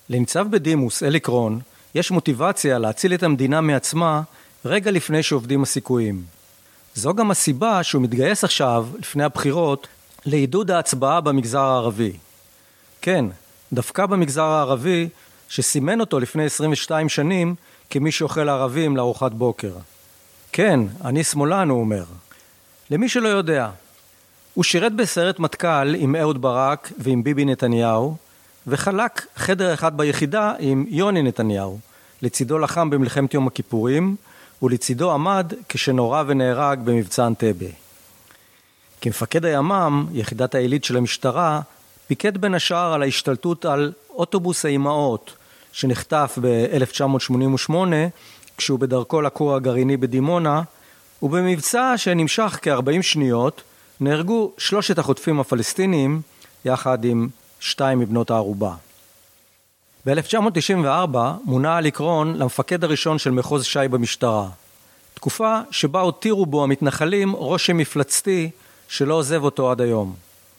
לניצב בדימוס אלי קרון יש מוטיבציה להציל את המדינה מעצמה רגע לפני שעובדים הסיכויים. זו גם הסיבה שהוא מתגייס עכשיו, לפני הבחירות, לעידוד ההצבעה במגזר הערבי. כן, דווקא במגזר הערבי, שסימן אותו לפני 22 שנים כמי שאוכל ערבים לארוחת בוקר. כן, אני שמאלן, הוא אומר. למי שלא יודע, הוא שירת בסיירת מטכ"ל עם אהוד ברק ועם ביבי נתניהו, וחלק חדר אחד ביחידה עם יוני נתניהו. לצידו לחם במלחמת יום הכיפורים, ולצידו עמד כשנורא ונהרג במבצע אנטבה. כמפקד הימ"מ, יחידת העילית של המשטרה, פיקד בין השאר על ההשתלטות על אוטובוס האימהות, שנחטף ב-1988, כשהוא בדרכו לכור הגרעיני בדימונה, ובמבצע שנמשך כ-40 שניות, נהרגו 3 החוטפים הפלסטינים, יחד עם 2 מבנות הערובה. ב-1994 מונה אלי קרון למפקד הראשון של מחוז ש"י במשטרה, תקופה שבה הותירו בו המתנחלים רושם מפלצתי שלא עוזב אותו עד היום.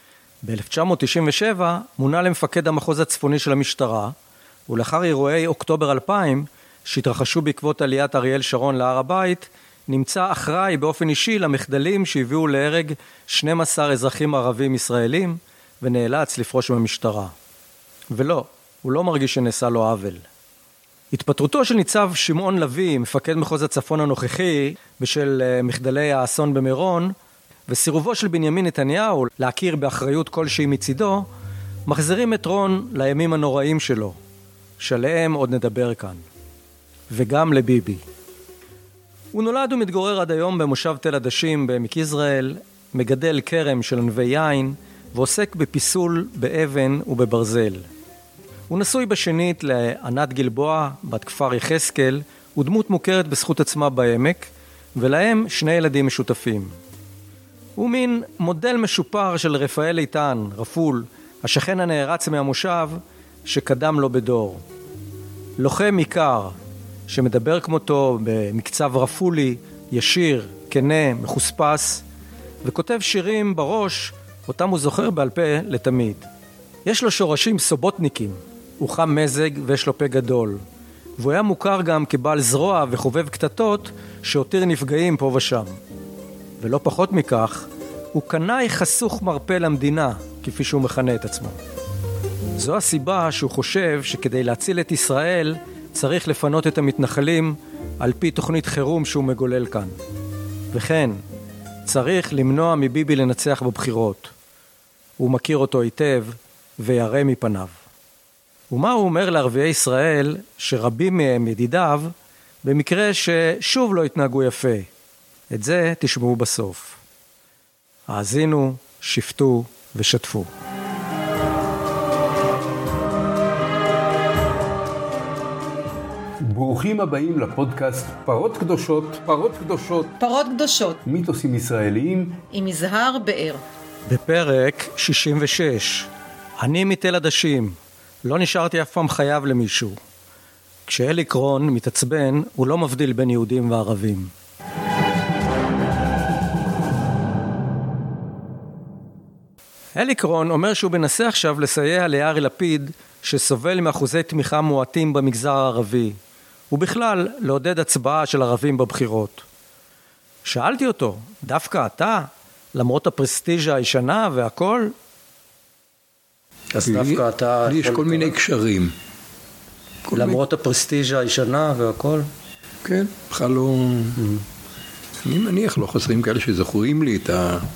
ב-1997 מונה למפקד המחוז הצפוני של המשטרה, ולאחר אירועי אוקטובר 2000 שהתרחשו בעקבות עליית אריאל שרון להר הבית, נמצא אחראי באופן אישי למחדלים שהביאו להרג 12 אזרחים ערבים ישראלים, ונאלץ לפרוש במשטרה. ולא, הוא לא מרגיש שנעשה לו עוול. התפטרותו של ניצב שמעון לוי, מפקד מחוז הצפון הנוכחי, בשל מחדלי האסון במירון, וסירובו של בנימין נתניהו להכיר באחריות כלשהי מצידו, מחזירים את רון לימים הנוראים שלו, שעליהם עוד נדבר כאן. וגם לביבי. הוא נולד ומתגורר עד היום במושב תל עדשים בעמק יזרעאל, מגדל כרם של ענבי יין, ועוסק בפיסול, באבן ובברזל. הוא נשוי בשנית לענת גלבוע, בת כפר יחזקאל, ודמות מוכרת בזכות עצמה בעמק, ולהם 2 ילדים משותפים. הוא מין מודל משופר של רפאל איתן, רפול, השכן הנערץ מהמושב, שקדם לו בדור. לוחם עיקר, שמדבר כמותו במקצב רפולי, ישיר, כנה, מחוספס, וכותב שירים בראש, אותם הוא זוכר בעל פה לתמיד. יש לו שורשים סובוטניקים, הוא חם מזג ויש לו פה גדול, והוא היה מוכר גם כבעל זרוע וחובב קטטות שהותיר נפגעים פה ושם. ולא פחות מכך, הוא קנאי חסוך מרפא למדינה, כפי שהוא מכנה את עצמו. זו הסיבה שהוא חושב שכדי להציל את ישראל צריך לפנות את המתנחלים על פי תוכנית חירום שהוא מגולל כאן. וכן, צריך למנוע מביבי לנצח בבחירות. הוא מכיר אותו היטב וירא מפניו. ומה הוא אומר לערביי ישראל שרבים מהם ידידיו במקרה ששוב לא התנהגו יפה? את זה תשמעו בסוף. האזינו, שפטו ושתפו. ברוכים הבאים לפודקאסט פרות קדושות, פרות קדושות, פרות קדושות, מיתוסים ישראליים עם יזהר באר. בפרק 66, אני מתל עדשים, לא נשארתי אף פעם חייב למישהו. כשאלי קרון מתעצבן, הוא לא מבדיל בין יהודים וערבים. אלי קרון אומר שהוא מנסה עכשיו לסייע ליאיר לפיד שסובל מאחוזי תמיכה מועטים במגזר הערבי, ובכלל לעודד הצבעה של ערבים בבחירות. שאלתי אותו, דווקא אתה, למרות הפרסטיג'ה הישנה והכל? אז דווקא אתה... לי יש כל מיני קשרים. למרות הפרסטיג'ה הישנה והכל? כן, בכלל לא... אני מניח לא חסרים כאלה שזכורים לי את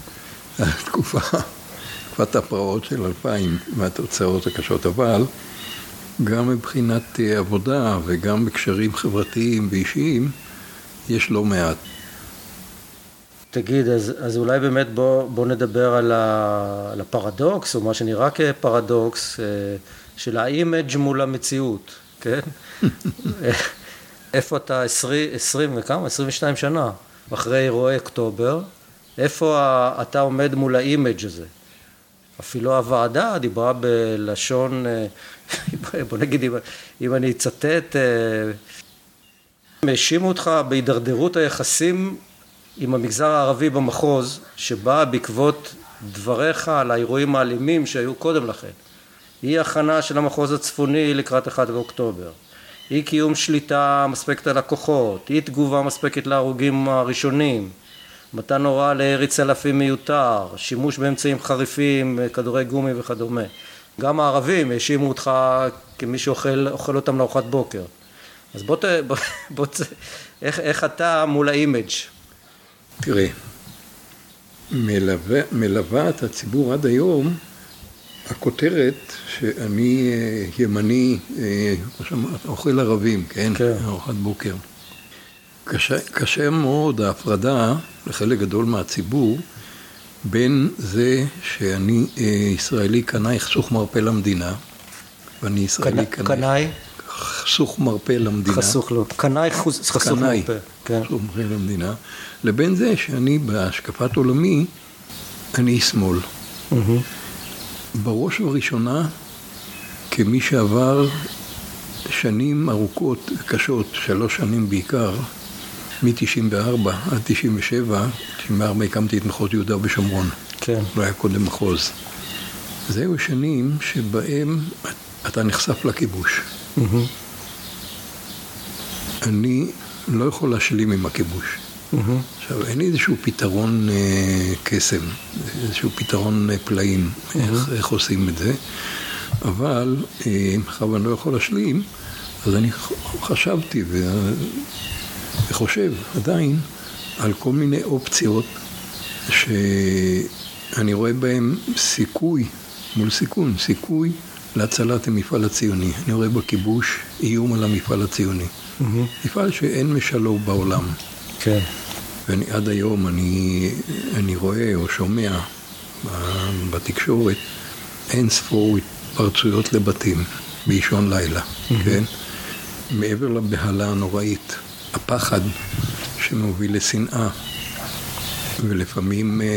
תקופת הפרעות של 2000 והתוצאות הקשות, אבל גם מבחינת עבודה וגם בקשרים חברתיים ואישיים יש לא מעט. תגיד, אז אולי באמת בוא נדבר על הפרדוקס, או מה שנראה כפרדוקס, של האימג' מול המציאות, כן? איפה אתה 22 שנה, אחרי אירועי אוקטובר, איפה אתה עומד מול האימג' הזה? אפילו הוועדה דיברה בלשון, בוא נגיד, אם אני אצטט, האשימו אותך בהידרדרות היחסים עם המגזר הערבי במחוז, שבא בעקבות דבריך על האירועים האלימים שהיו קודם לכן. אי הכנה של המחוז הצפוני לקראת 1 באוקטובר, אי קיום שליטה מספקת על הכוחות, אי תגובה מספקת להרוגים הראשונים, מתן הוראה לירי צלפים מיותר, שימוש באמצעים חריפים, כדורי גומי וכדומה. גם הערבים האשימו אותך כמי שאוכל אותם לארוחת בוקר. אז איך אתה מול האימג'? תראה, מלווה את הציבור עד היום, הכותרת שאני ימני, אוכל ערבים, כן? ארוחת בוקר. קשה מאוד ההפרדה לחלק גדול מהציבור, בין זה שאני ישראלי קנאי חסוך מרפא למדינה, ואני ישראלי קנאי? חסוך מרפא למדינה. חסוך לא, קנאי חסוך מרפא. חסוך מרפא למדינה, לבין זה שאני בהשקפת עולמי, אני שמאל. בראש ובראשונה, כמי שעבר שנים ארוכות וקשות, 3 שנים בעיקר, מ-94 עד 97, 94 הקמתי את מחוז יהודה ושומרון. כן. לא היה קודם מחוז. זהו שנים שבהם אתה נחשף לכיבוש. אני לא יכול להשלים עם הכיבוש. עכשיו, אין לי איזשהו פתרון קסם, איזשהו פתרון פלאים, איך עושים את זה, אבל מאחר ואני לא יכול להשלים, אז אני חשבתי וחושב עדיין על כל מיני אופציות שאני רואה בהם סיכוי מול סיכון, סיכוי להצלת המפעל הציוני. אני רואה בכיבוש איום על המפעל הציוני. מפעל שאין משלו בעולם. כן. ועד היום אני רואה או שומע בתקשורת אין ספור התפרצויות לבתים באישון לילה, כן? מעבר לבהלה הנוראית, הפחד שמוביל לשנאה, ולפעמים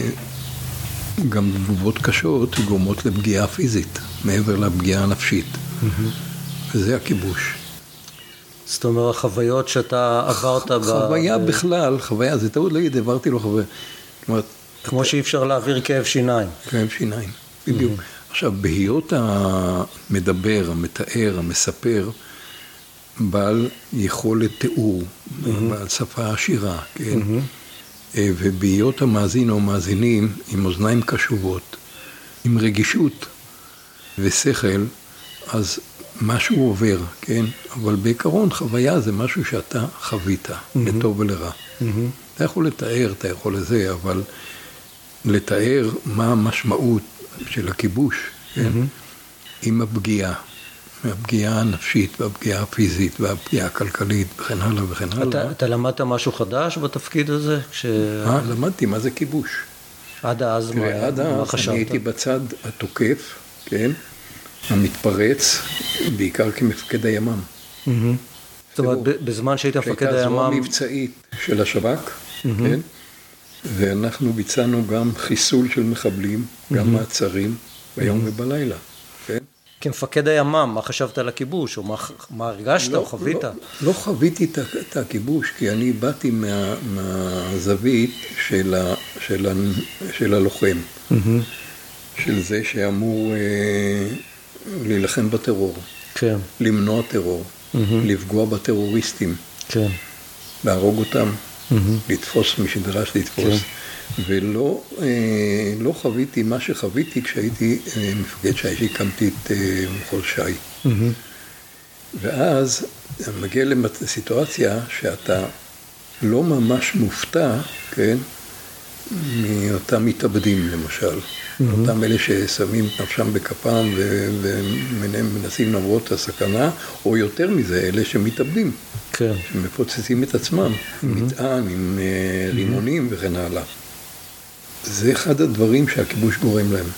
גם תגובות קשות גורמות לפגיעה פיזית, מעבר לפגיעה הנפשית. וזה הכיבוש. זאת אומרת, החוויות שאתה עברת חוויה בכלל, חוויה, זה טעות להגיד, עברתי לו חוויה. כמו שאי אפשר להעביר כאב שיניים. כאב שיניים, בדיוק. עכשיו, בהיות המדבר, המתאר, המספר, בעל יכולת תיאור, בעל שפה עשירה, כן? ובהיות המאזין או מאזינים עם אוזניים קשובות, עם רגישות ושכל, אז משהו עובר, כן? אבל בעיקרון חוויה זה משהו שאתה חווית, לטוב ולרע. אתה יכול לתאר, אתה יכול לזה, אבל לתאר מה המשמעות של הכיבוש, כן? עם הפגיעה. הפגיעה הנפשית והפגיעה הפיזית והפגיעה הכלכלית וכן הלאה וכן הלאה. אתה למדת משהו חדש בתפקיד הזה? למדתי, מה זה כיבוש? עד אז מה חשבת? אני הייתי בצד התוקף, כן? המתפרץ, בעיקר כמפקד הימ"מ. זאת אומרת, בזמן שהיית מפקד הימ"מ... שהייתה זרוע מבצעית של השב"כ, כן? ואנחנו ביצענו גם חיסול של מחבלים, גם מעצרים, ביום ובלילה, כן? כמפקד הימ"מ, מה חשבת על הכיבוש, או מה הרגשת או חווית? לא חוויתי את הכיבוש, כי אני באתי מהזווית של הלוחם, של זה שאמור להילחם בטרור, כן. למנוע טרור, לפגוע בטרוריסטים, כן. להרוג אותם, לתפוס מי שדרש לתפוס. כן. ולא חוויתי מה שחוויתי כשהייתי מפקד שי, שהקמתי את מחוז שי. ואז מגיע לסיטואציה שאתה לא ממש מופתע, כן, מאותם מתאבדים למשל. אותם אלה ששמים נפשם בכפם ומנסים למרות את הסכנה, או יותר מזה, אלה שמתאבדים. כן. שמפוצצים את עצמם, עם מטען, עם רימונים וכן הלאה. זה אחד הדברים שהכיבוש גורם להם.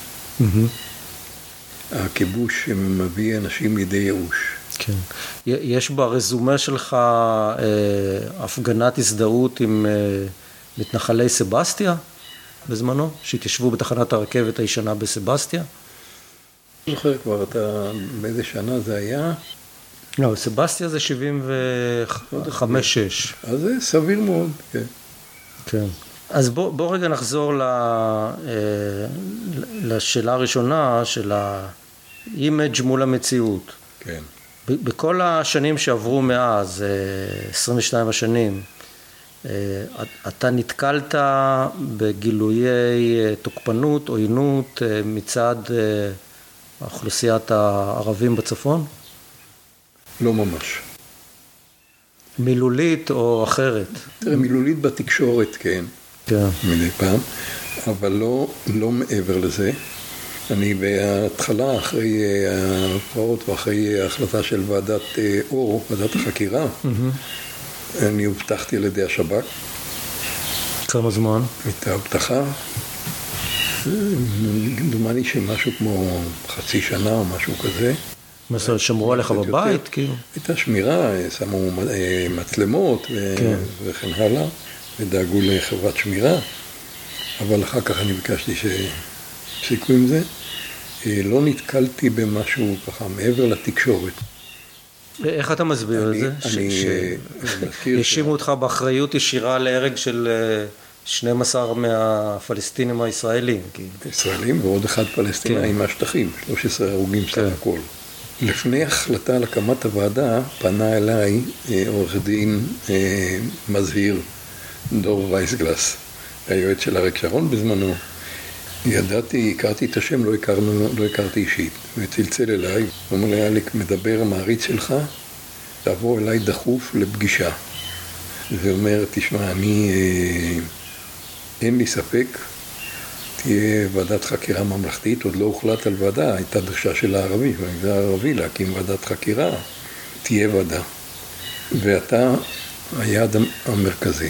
הכיבוש שמביא אנשים לידי ייאוש. כן. יש ברזומה שלך הפגנת הזדהות עם מתנחלי סבסטיה בזמנו, שהתיישבו בתחנת הרכבת הישנה בסבסטיה? אני זוכר כבר, באיזה שנה זה היה? לא, סבסטיה זה 75-6. אז זה סביר מאוד, כן. כן. אז בוא רגע נחזור לשאלה הראשונה של אימג' מול המציאות. כן. בכל השנים שעברו מאז, 22 השנים, אתה נתקלת בגילויי תוקפנות, עוינות מצד אוכלוסיית הערבים בצפון? לא ממש. מילולית או אחרת? תראה, מילולית בתקשורת, כן. כן. מדי פעם, אבל לא מעבר לזה. אני בהתחלה, אחרי הפרעות ואחרי ההחלטה של ועדת אור, ועדת החקירה, אני הובטחתי על ידי השב"כ. כמה זמן? הייתה הבטחה. דומני שמשהו כמו חצי שנה או משהו כזה. מה זאת אומרת, שמרו עליך בבית? הייתה שמירה, שמו מצלמות וכן הלאה, ודאגו לחברת שמירה, אבל אחר כך אני ביקשתי שפסיקו עם זה. לא נתקלתי במשהו ככה מעבר לתקשורת. איך אתה מסביר את זה? האשימו אותך באחריות ישירה להרג של 12 מהפלסטינים הישראלים. ישראלים ועוד אחד פלסטינאי מהשטחים, 13 הרוגים סך הכל. לפני החלטה על הקמת הוועדה, פנה אליי עורך דין מזהיר, דור וייסגלס, היועץ של אריק שרון בזמנו. ידעתי, הכרתי את השם, לא הכרתי אישית. הוא צלצל אליי, הוא אומר לי, אליק, מדבר המעריץ שלך, תבוא אליי דחוף לפגישה. זה אומר, תשמע, אין לי ספק, תהיה ועדת חקירה ממלכתית, עוד לא הוחלט על ועדה, הייתה דרישה של הערבי, במגזר הערבי, להקים ועדת חקירה, תהיה ועדה. ואתה היעד המרכזי.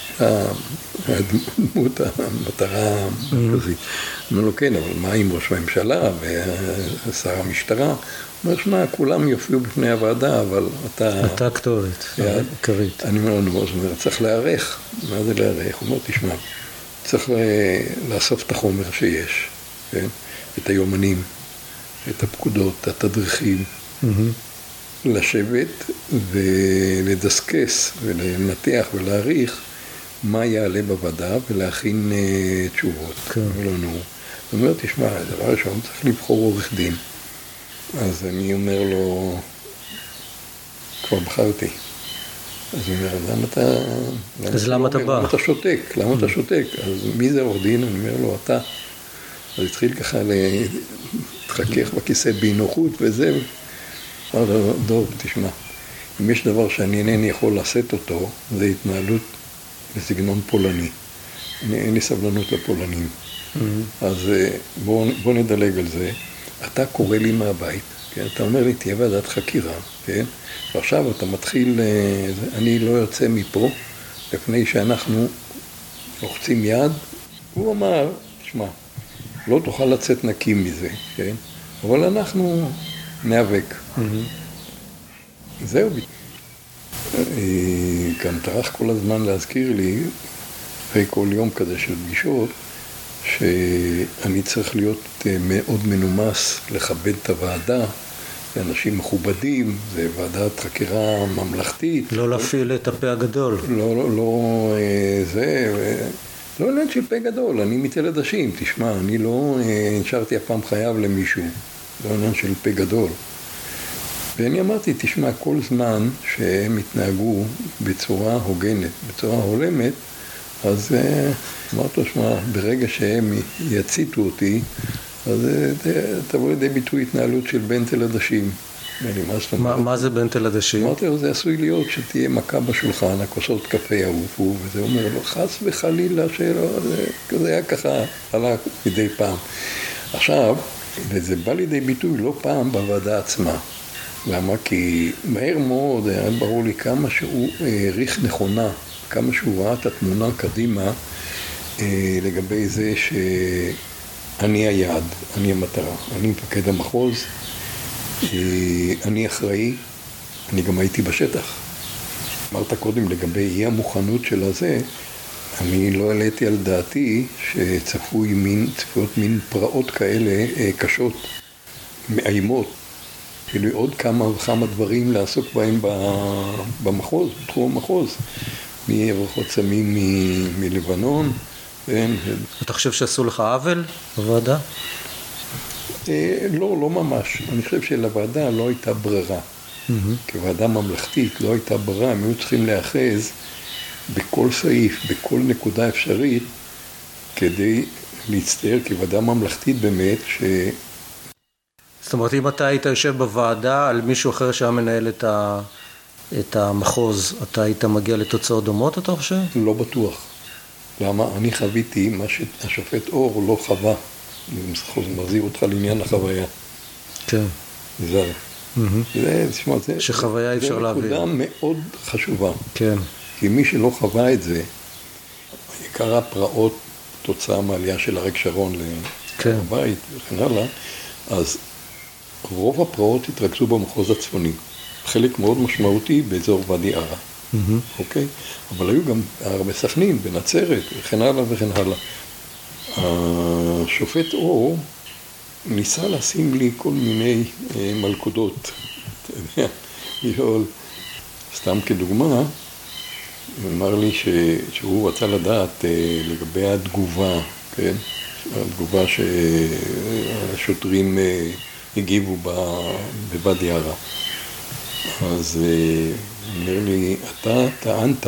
הדמות המטרה המרכזית. אומר לו, כן, אבל מה עם ראש הממשלה ושר המשטרה? הוא אומר, שמע, כולם יופיעו בפני הוועדה, אבל אתה הכתובת, עיקרית. אני אומר לו, זאת אומרת, צריך להיערך. מה זה להיערך? הוא אומר, תשמע, צריך לאסוף את החומר שיש, כן? את היומנים, את הפקודות, את התדריכים, לשבת ולדסקס ולנתח ולהעריך מה יעלה בוועדה ולהכין תשובות. כן. הוא אומר, תשמע, דבר ראשון, צריך לבחור עורך דין. אז אני אומר לו, כבר בחרתי. אז הוא אומר, למה אתה בא? למה אתה שותק? למה אתה שותק? אז מי זה עורך דין? אני אומר לו, אתה. אז התחיל ככה להתחכך בכיסא בנוחות וזה. אמר לו, דור, תשמע, אם יש דבר שאני אינני יכול לשאת אותו, זה התנהלות בסגנון פולני. אין לי סבלנות לפולנים. אז בוא נדלג על זה. אתה קורא לי מהבית, כן? אתה אומר לי, תהיה ועדת חקירה, כן? ועכשיו אתה מתחיל, אני לא יוצא מפה, לפני שאנחנו לוחצים יד. הוא אמר, תשמע, לא תוכל לצאת נקים מזה, כן? אבל אנחנו נאבק. זהו. גם טרח כל הזמן להזכיר לי, אחרי כל יום כזה של פגישות, שאני צריך להיות מאוד מנומס, לכבד את הוועדה, אנשים מכובדים, זה ועדת חקירה ממלכתית. לא להפעיל את הפה הגדול. לא עניין של פה גדול, אני מתילד אשים, תשמע, אני לא נשארתי אף פעם חייב למישהו, לא עניין של פה גדול. ואני אמרתי, תשמע, כל זמן שהם התנהגו בצורה הוגנת, בצורה הולמת, אז אמרתי לו, שמע, ברגע שהם יציתו אותי, אז תבוא לידי ביטוי התנהלות של בן תלדשים. מה זה בן תלדשים? אמרתי לו, זה עשוי להיות שתהיה מכה בשולחן, הכוסות קפה יעופו, וזה אומר לו, חס וחלילה שלא, זה היה ככה, עלה מדי פעם. עכשיו, וזה בא לידי ביטוי לא פעם בוועדה עצמה. למה? כי מהר מאוד היה ברור לי כמה שהוא העריך נכונה, כמה שהוא ראה את התמונה קדימה לגבי זה שאני היעד, אני המטרה, אני מפקד המחוז, אני אחראי, אני גם הייתי בשטח. אמרת קודם לגבי אי המוכנות של הזה, אני לא העליתי על דעתי צפויות מין פרעות כאלה קשות, מאיימות. כאילו עוד כמה וכמה דברים לעסוק בהם במחוז, בתחום המחוז. מהברחות סמים מלבנון. אתה חושב שעשו לך עוול בוועדה? לא ממש. אני חושב שלוועדה לא הייתה ברירה. כוועדה ממלכתית לא הייתה ברירה, הם היו צריכים להאחז בכל סעיף, בכל נקודה אפשרית, כדי להצטער כוועדה ממלכתית באמת, זאת אומרת, אם אתה היית יושב בוועדה על מישהו אחר שהיה מנהל את המחוז, אתה היית מגיע לתוצאות דומות, אתה חושב? לא בטוח. למה? אני חוויתי מה שהשופט אור לא חווה. זה מחזיר אותך לעניין החוויה. כן. זה, תשמע, שחוויה אפשר להעביר. זה נקודה מאוד חשובה. כן. כי מי שלא חווה את זה, קרה פרעות תוצאה מעלייה של אריק שרון לבית וכן הלאה, אז רוב הפרעות התרכזו במחוז הצפוני. חלק מאוד משמעותי באזור ואדי ערה. אוקיי? אבל היו גם בסכנין, בנצרת וכן הלאה וכן הלאה. השופט אור ניסה לשים לי כל מיני מלכודות, אתה יודע, לשאול, סתם כדוגמה, הוא אמר לי שהוא רצה לדעת לגבי התגובה, כן? התגובה שהשוטרים הגיבו בוואדי ערה. אז הוא אומר לי, אתה טענת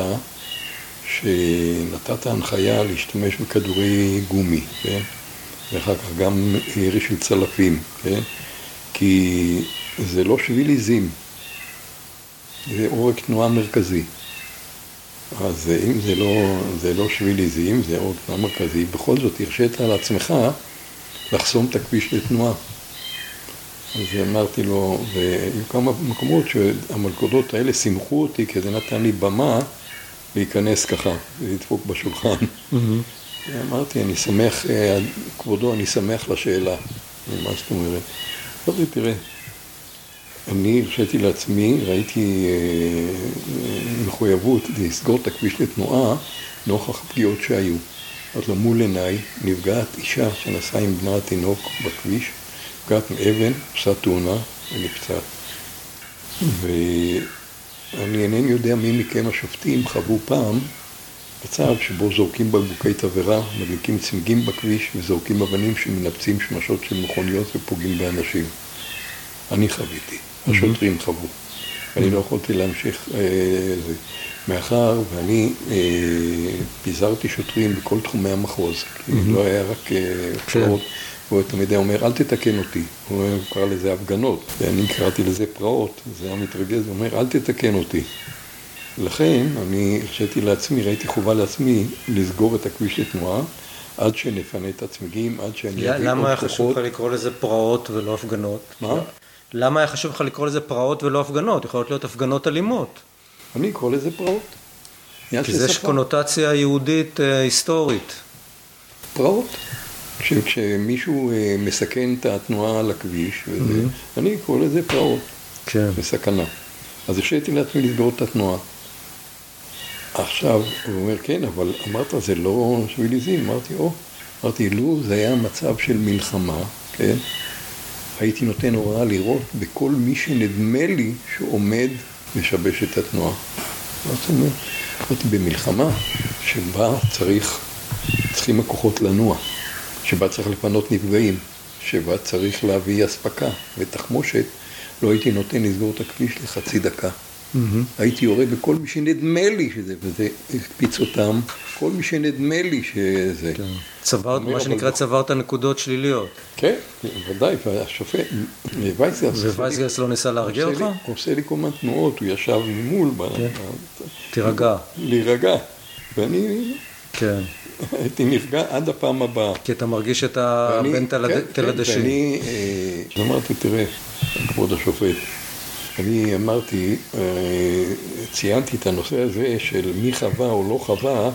שנתת הנחיה להשתמש בכדורי גומי, כן? ואחר כך גם ירי של צלפים, כן? כי זה לא שביל עיזים, זה עורק תנועה מרכזי. אז אם זה לא שביל עיזים, זה עורק תנועה מרכזי, בכל זאת הרשית על עצמך לחסום את הכביש לתנועה. אז אמרתי לו, והיו כמה מקומות שהמלכודות האלה שימחו אותי, כי זה נתן לי במה להיכנס ככה, לדפוק בשולחן. אמרתי, אני שמח, כבודו, אני שמח לשאלה. מה זאת אומרת? אמרתי, תראה, אני הרשיתי לעצמי, ראיתי מחויבות לסגור את הכביש לתנועה, נוכח הפגיעות שהיו. אז מול עיניי נפגעת אישה שנסעה עם בנה התינוק בכביש, נפגעת מאבן, עושה תאונה ונפצעת. ואני אינני יודע מי מכם השופטים חוו פעם מצב שבו זורקים בקבוקי תבערה, מדליקים צמיגים בכביש וזורקים אבנים שמנפצים שמשות של מכוניות ופוגעים באנשים. אני חוויתי, השוטרים חוו. ואני לא יכולתי להמשיך מאחר, ואני פיזרתי שוטרים בכל תחומי המחוז, כי לא היה רק פרעות. הוא תמיד היה אומר, אל תתקן אותי. הוא קרא לזה הפגנות, ואני קראתי לזה פרעות. זה היה מתרגז ואומר, אל תתקן אותי. לכן אני הרשיתי לעצמי, ראיתי חובה לעצמי לסגור את הכביש לתנועה, עד שנפנה את הצמיגים, עד שאני אביא עוד כוחות. למה היה חשוב לך לקרוא לזה פרעות ולא הפגנות? מה? למה היה חשוב לך לקרוא לזה פרעות ולא הפגנות? יכולות להיות הפגנות אלימות. אני אקרוא לזה פרעות. כי זה קונוטציה יהודית היסטורית. פרעות. כשמישהו מסכן את התנועה על הכביש, אני אקרוא לזה פרעות. כן. בסכנה. אז הרשיתי לעצמי לסגור את התנועה. עכשיו, הוא אומר, כן, אבל אמרת, זה לא שביל עיזים. אמרתי, לו זה היה מצב של מלחמה, כן? הייתי נותן הוראה לראות בכל מי שנדמה לי שעומד לשבש את התנועה. זאת אומרת, אמרתי, במלחמה שבה צריכים הכוחות לנוע, שבה צריך לפנות נפגעים, שבה צריך להביא אספקה ותחמושת, לא הייתי נותן לסגור את הכביש לחצי דקה. הייתי יורד בכל מי שנדמה לי שזה, וזה הקפיץ אותם, כל מי שנדמה לי שזה. צברת, מה שנקרא צברת נקודות שליליות. כן, ודאי, והשופט, ווייסגרס לא ניסה להרגיע אותך? הוא עושה לי כל מיני תנועות, הוא ישב ממול. תירגע. להירגע. ואני הייתי נפגע עד הפעם הבאה. כי אתה מרגיש את הבן תל הדשי. ואני אמרתי, תראה, כבוד השופט, אני אמרתי, ציינתי את הנושא הזה של מי חווה או לא חווה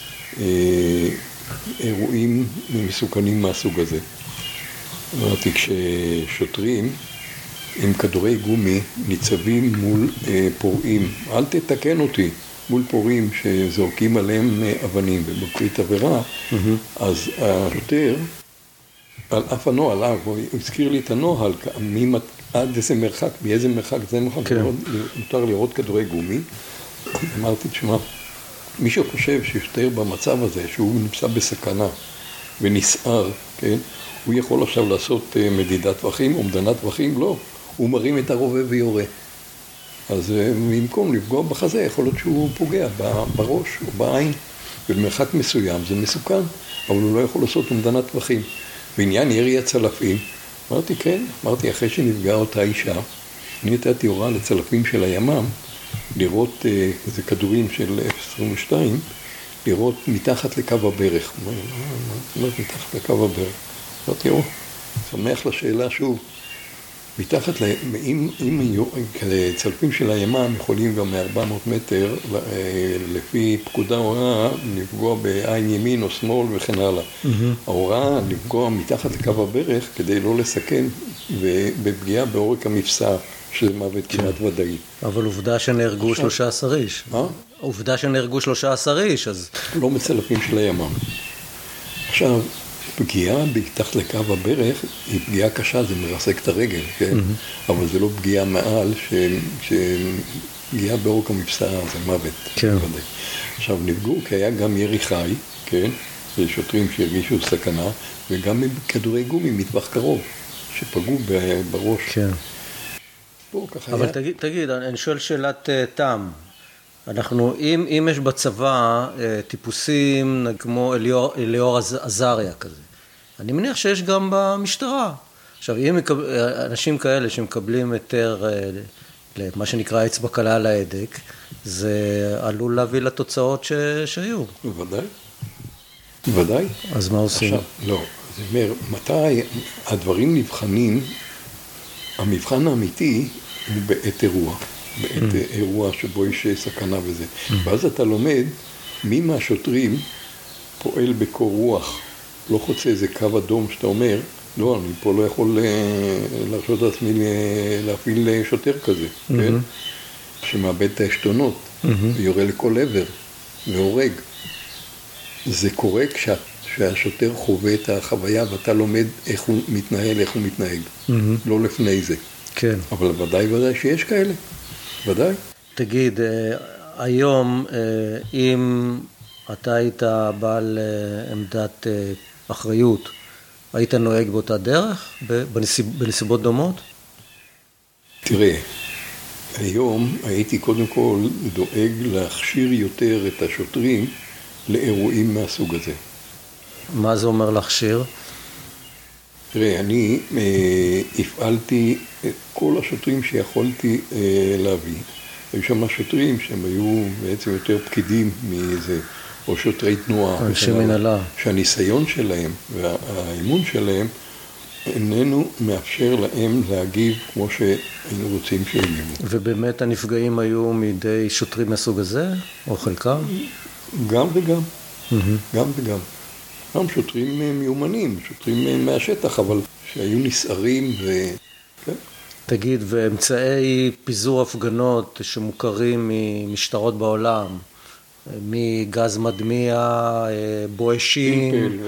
אירועים מסוכנים מהסוג הזה. אמרתי, כששוטרים עם כדורי גומי ניצבים מול פורעים, אל תתקן אותי, מול פורעים שזורקים עליהם אבנים ובקבוקי תבערה, אז השוטר, על אף הנוהל, הוא הזכיר לי את הנוהל, עד איזה מרחק, מאיזה מרחק, זה מרחק, מותר לראות כדורי גומי. אמרתי, תשמע, מי שחושב שיותר במצב הזה, שהוא נמצא בסכנה ונסער, כן, הוא יכול עכשיו לעשות מדידת טווחים, אומדנת טווחים? לא. הוא מרים את הרובה ויורה. אז במקום לפגוע בחזה, יכול להיות שהוא פוגע בראש או בעין. ובמרחק מסוים זה מסוכן, אבל הוא לא יכול לעשות אומדנת טווחים. בעניין ירי הצלפים, אמרתי כן, אחרי שנפגעה אותה אישה, אני נתתי הוראה לצלפים של הימ"מ, לראות איזה כדורים של F-22, לראות מתחת לקו הברך. מתחת לקו הברך. אמרתי, שמח לשאלה שוב. מתחת, אם צלפים של הימ"מ יכולים גם מ-400 מטר, לפי פקודה הוראה, לפגוע בעין ימין או שמאל וכן הלאה. ההוראה לפגוע מתחת לקו הברך כדי לא לסכן ובפגיעה בעורק המפסע, שזה מוות כמעט ודאי. אבל עובדה שנהרגו 13 איש. עובדה שנהרגו 13 איש, אז... לא מצלפים של הימ"מ. עכשיו, פגיעה מתחת לקו הברך היא פגיעה קשה, זה מרסק את הרגל, כן? אבל זה לא פגיעה מעל, שפגיעה בעורק המפסע זה מוות. כן. עכשיו נפגעו כי היה גם ירי חי, כן? זה שוטרים שהרגישו סכנה, וגם כדורי גומי מטווח קרוב, שפגעו בראש. כן. אבל תגיד, אני שואל שאלת תם. אם יש בצבא טיפוסים כמו אליאור עזריה כזה, אני מניח שיש גם במשטרה. עכשיו, אם אנשים כאלה שמקבלים יותר, מה שנקרא אצבע קלה על ההדק, זה עלול להביא לתוצאות שהיו. בוודאי. אז מה עושים? עכשיו, לא, זה אומר, מתי הדברים נבחנים, המבחן האמיתי הוא בעת אירוע. בעת אירוע שבו יש סכנה וזה. ואז אתה לומד מי מהשוטרים פועל בקור רוח, לא חוצה איזה קו אדום שאתה אומר, לא, אני פה לא יכול להרשות את עצמי להפעיל שוטר כזה, כן? שמאבד את העשתונות ויורה לכל עבר והורג. זה קורה כשהשוטר חווה את החוויה ואתה לומד איך הוא מתנהל, איך הוא מתנהג. לא לפני זה. כן. אבל ודאי שיש כאלה. ודאי. תגיד, היום אם אתה היית בעל עמדת אחריות, היית נוהג באותה דרך, בנסיבות דומות? תראה, היום הייתי קודם כל דואג להכשיר יותר את השוטרים לאירועים מהסוג הזה. מה זה אומר להכשיר? תראה, אני הפעלתי את כל השוטרים שיכולתי להביא. היו שם שוטרים שהם היו בעצם יותר פקידים מאיזה, או שוטרי תנועה. אנשי מנהלה. שהניסיון שלהם והאימון שלהם איננו מאפשר להם להגיב כמו שהיינו רוצים שיגיבו. ובאמת הנפגעים היו מידי שוטרים מהסוג הזה, או חלקם? גם וגם. גם וגם. גם שוטרים מיומנים, שוטרים מהשטח, אבל שהיו נסערים ו... תגיד, ואמצעי פיזור הפגנות שמוכרים ממשטרות בעולם, מגז מדמיע, בואשים,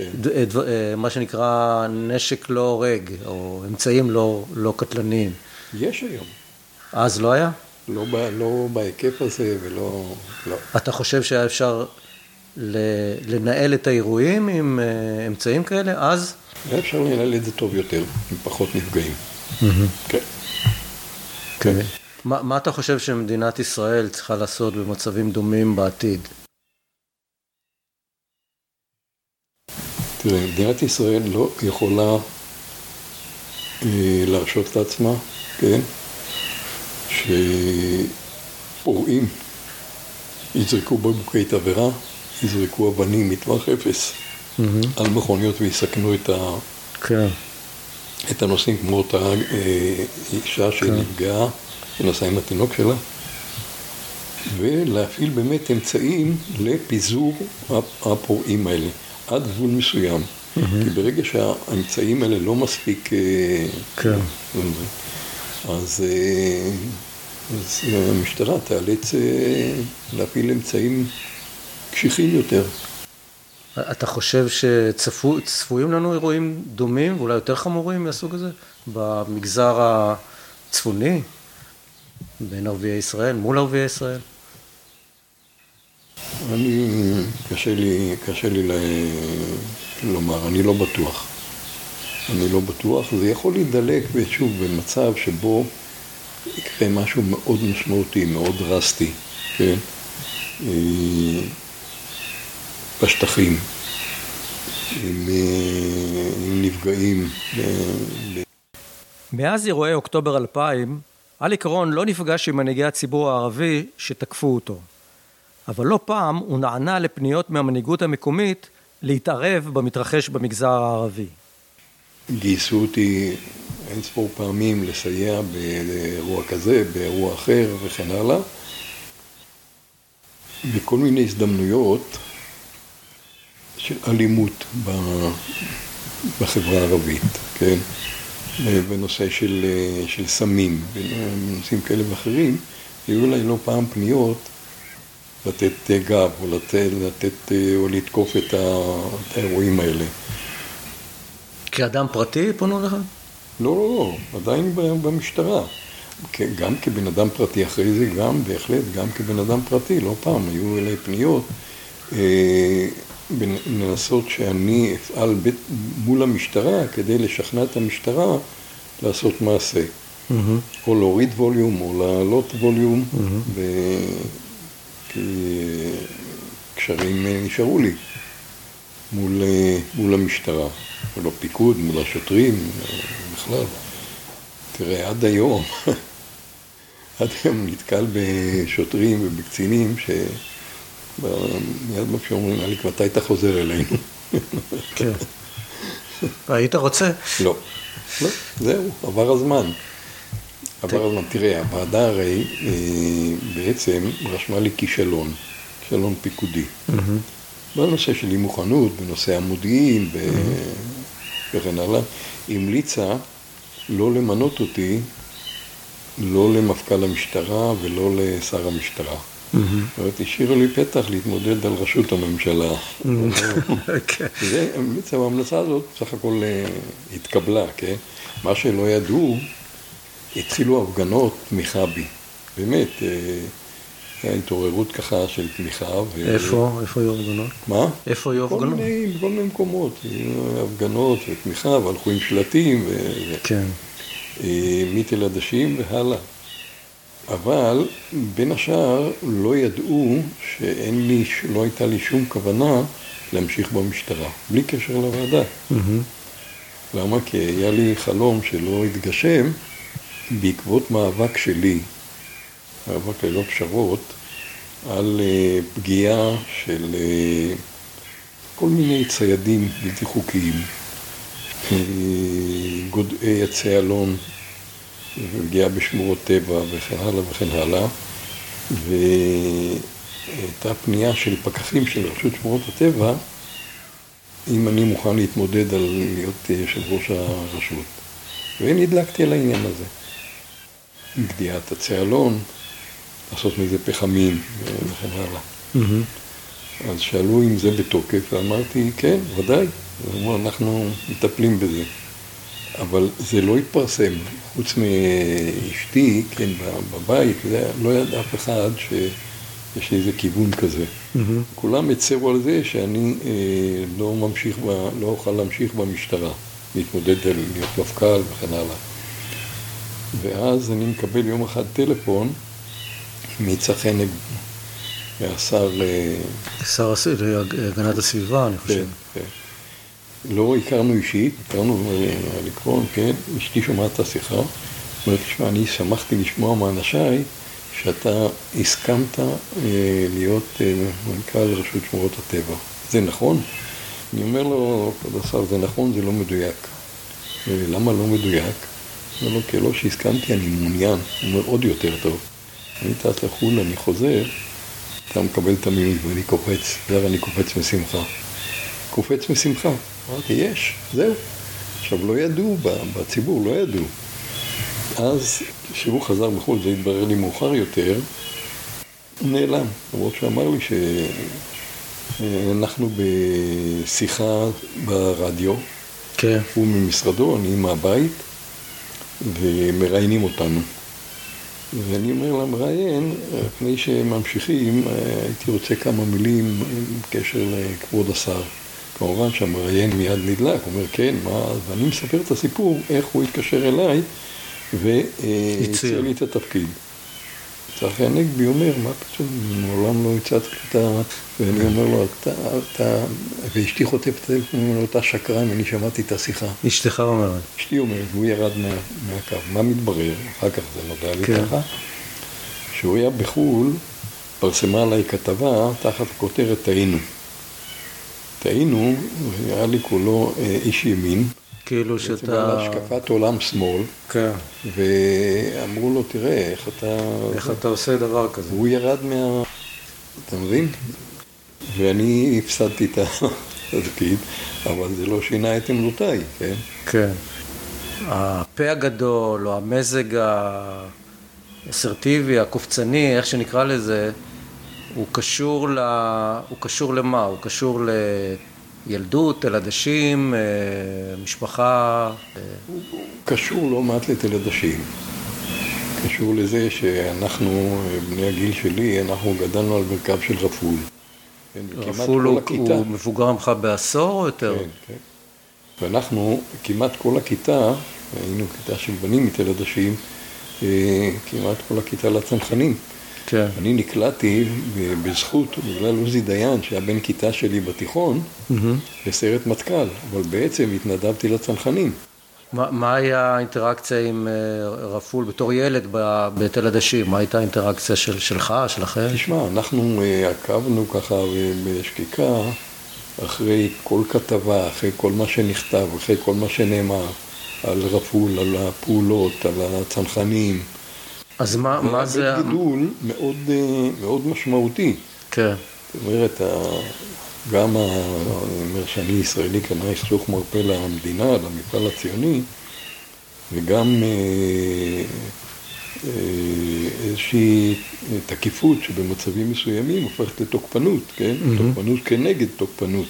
מה שנקרא נשק לא הורג, או אמצעים לא קטלניים. יש היום. אז לא היה? לא בהיקף הזה ולא... לא. אתה חושב שהיה אפשר לנהל את האירועים עם אמצעים כאלה, אז? היה אפשר לנהל את זה טוב יותר, עם פחות נפגעים. כן. כן. מה אתה חושב שמדינת ישראל צריכה לעשות במצבים דומים בעתיד? תראה, מדינת ישראל לא יכולה להרשות לעצמה, כן? שפורעים יזרקו בקבוקי תבערה, יזרקו אבנים מטווח אפס על מכוניות ויסכנו את הנושאים, כמו אותה אישה שנפגעה, שנסעה עם התינוק שלה, ולהפעיל באמת אמצעים לפיזור הפורעים האלה, עד גבול מסוים. כי ברגע שהאמצעים האלה לא מספיק... אז המשטרה תאלץ להפעיל אמצעים קשיחים יותר. אתה חושב שצפויים לנו אירועים דומים ואולי יותר חמורים מהסוג הזה במגזר הצפוני בין ערביי ישראל, מול ערביי ישראל? קשה לי לומר, אני לא בטוח. אני לא בטוח. זה יכול להידלק שוב במצב שבו יקרה משהו מאוד משמעותי, מאוד דרסטי, כן? בשטחים, עם נפגעים. מאז אירועי אוקטובר 2000, אליק רון לא נפגש עם מנהיגי הציבור הערבי שתקפו אותו. אבל לא פעם הוא נענה לפניות מהמנהיגות המקומית להתערב במתרחש במגזר הערבי. גייסו אותי אין ספור פעמים לסייע באירוע כזה, באירוע אחר וכן הלאה. בכל מיני הזדמנויות של אלימות בחברה הערבית, כן? בנושא של סמים, בנושאים כאלה ואחרים, היו אולי לא פעם פניות לתת גב או לתקוף את האירועים האלה. כאדם פרטי פונו לך? לא, עדיין במשטרה. גם כבן אדם פרטי, אחרי זה גם, בהחלט, גם כבן אדם פרטי, לא פעם, היו אליי פניות לנסות שאני אפעל מול המשטרה כדי לשכנע את המשטרה לעשות מעשה. או להוריד ווליום, או להעלות ווליום, כי קשרים נשארו לי מול המשטרה, מול הפיקוד, מול השוטרים, בכלל. תראה, עד היום נתקל בשוטרים ובקצינים מיד מה שאומרים, אליק, מתי אתה חוזר אלינו? כן. והיית רוצה? לא, זהו, עבר הזמן. תראה, הוועדה הרי בעצם רשמה לי כישלון פיקודי. בנושא של מוכנות, בנושא המודיעין וכן הלאה, המליצה לא למנות אותי, לא למפכ"ל המשטרה ולא לשר המשטרה. זאת אומרת, השאירו לי פתח להתמודד על ראשות הממשלה. זה המליצה, וההמלצה הזאת בסך הכל התקבלה, כן? מה שלא ידעו, התחילו הפגנות תמיכה בי. באמת, הייתה התעוררות ככה של תמיכה. איפה היו הפגנות? מה? איפה היו הפגנות? בכל מיני מקומות. הפגנות ותמיכה, והלכו עם שלטים, כן. מתל עדשים והלאה. אבל בין השאר לא ידעו שלא הייתה לי שום כוונה להמשיך במשטרה, בלי קשר לוועדה. למה? כי היה לי חלום שלא התגשם בעקבות מאבק שלי, מאבק ללא פשרות, על פגיעה של כל מיני ציידים בלתי חוקיים, גודעי עצי אלון, פגיעה בשמורות טבע וכן הלאה וכן הלאה, והייתה פנייה של פקחים של רשות שמורות הטבע, אם אני מוכן להתמודד על להיות יושב ראש הרשות. ונדלקתי על העניין הזה. גדיעת עצי אלון, לעשות מזה פחמים וכן הלאה. אז שאלו אם זה בתוקף, ואמרתי, כן, ודאי, אנחנו מטפלים בזה. אבל זה לא התפרסם, חוץ מאשתי, כן, בבית, לא ידע אף אחד שיש לי איזה כיוון כזה. כולם הצרו על זה שאני לא אוכל להמשיך במשטרה, להתמודד על להיות מפכ"ל וכן הלאה. ואז אני מקבל יום אחד טלפון מצחן מהשר... שר הגנת הסביבה, אני חושב. כן. לא הכרנו אישית, הכרנו אליקרון, כן, אשתי שומעת את השיחה, אומרת, תשמע, אני שמחתי לשמוע מאנשיי שאתה הסכמת להיות מנכ"ל רשות שמורות הטבע. זה נכון? אני אומר לו, כבוד השר, זה נכון, זה לא מדויק. למה לא מדויק? אומר לו, כי לא שהסכמתי, אני מעוניין, הוא אומר, עוד יותר טוב. אני טס לחו"ל, אני חוזר, אתה מקבל את המינוי ואני קופץ, אני קופץ משמחה. קופץ משמחה. אמרתי, יש, זהו. עכשיו, לא ידעו, בציבור לא ידעו. אז, כשהוא חזר בחו"ל, זה התברר לי מאוחר יותר, הוא נעלם. למרות שאמר לי שאנחנו בשיחה ברדיו, כן. הוא ממשרדו, אני מהבית, ומראיינים אותנו. ואני אומר למראיין, לפני שממשיכים, הייתי רוצה כמה מילים בקשר לכבוד השר. כמובן שהמראיין מיד נדלק, הוא אומר, כן, מה? ואני מספר את הסיפור, איך הוא התקשר אליי, והציע לי את התפקיד. צחי הנגבי אומר, מה פתאום, מעולם לא הצעתי אותה, ואני אומר לו, ואשתי חוטפת את זה, הוא אומר לו, אתה שקרן, אני שמעתי את השיחה. אשתך אומרת. אשתי אומרת, והוא ירד מהקו. מה מתברר? אחר כך זה נודע לי ככה, שהוא היה בחול, פרסמה עליי כתבה תחת הכותרת טעינו. טעינו, היה לי כולו איש ימין, כאילו שאתה... בעצם על השקפת עולם שמאל, כן. ואמרו לו, תראה, איך אתה עושה דבר כזה? הוא ירד אתה מבין? ואני הפסדתי את התפקיד, אבל זה לא שינה את עמדותיי, כן? כן. הפה הגדול, או המזג האסרטיבי, הקופצני, איך שנקרא לזה, הוא קשור למה? הוא קשור לילדות, ילדשים, משפחה? הוא קשור לא מעט לתלדשים. קשור לזה שאנחנו, בני הגיל שלי, אנחנו גדלנו על מרכב של רפול. רפול הוא מבוגר ממך בעשור או יותר? כן, כן. ואנחנו, כמעט כל הכיתה, היינו כיתה של בנים מתלדשים, כמעט כל הכיתה לצנחנים. כן. אני נקלעתי בזכות, בגלל עוזי דיין, שהיה בן כיתה שלי בתיכון, לסיירת מטכ"ל, אבל בעצם התנדבתי לצנחנים. מה היה האינטראקציה עם רפול בתור ילד בתל הדשים? מה הייתה האינטראקציה שלך, שלכם? תשמע, אנחנו עקבנו ככה בשקיקה אחרי כל כתבה, אחרי כל מה שנכתב, אחרי כל מה שנאמר על רפול, על הפעולות, על הצנחנים. אז מה זה... בית גידול מאוד, מאוד משמעותי. כן. זאת אומרת, גם אני אומר שאני ישראלי כנראה סכסוך מרפא למדינה, למפעל הציוני, וגם איזושהי תקיפות שבמצבים מסוימים הופכת לתוקפנות, כן? תוקפנות כנגד תוקפנות.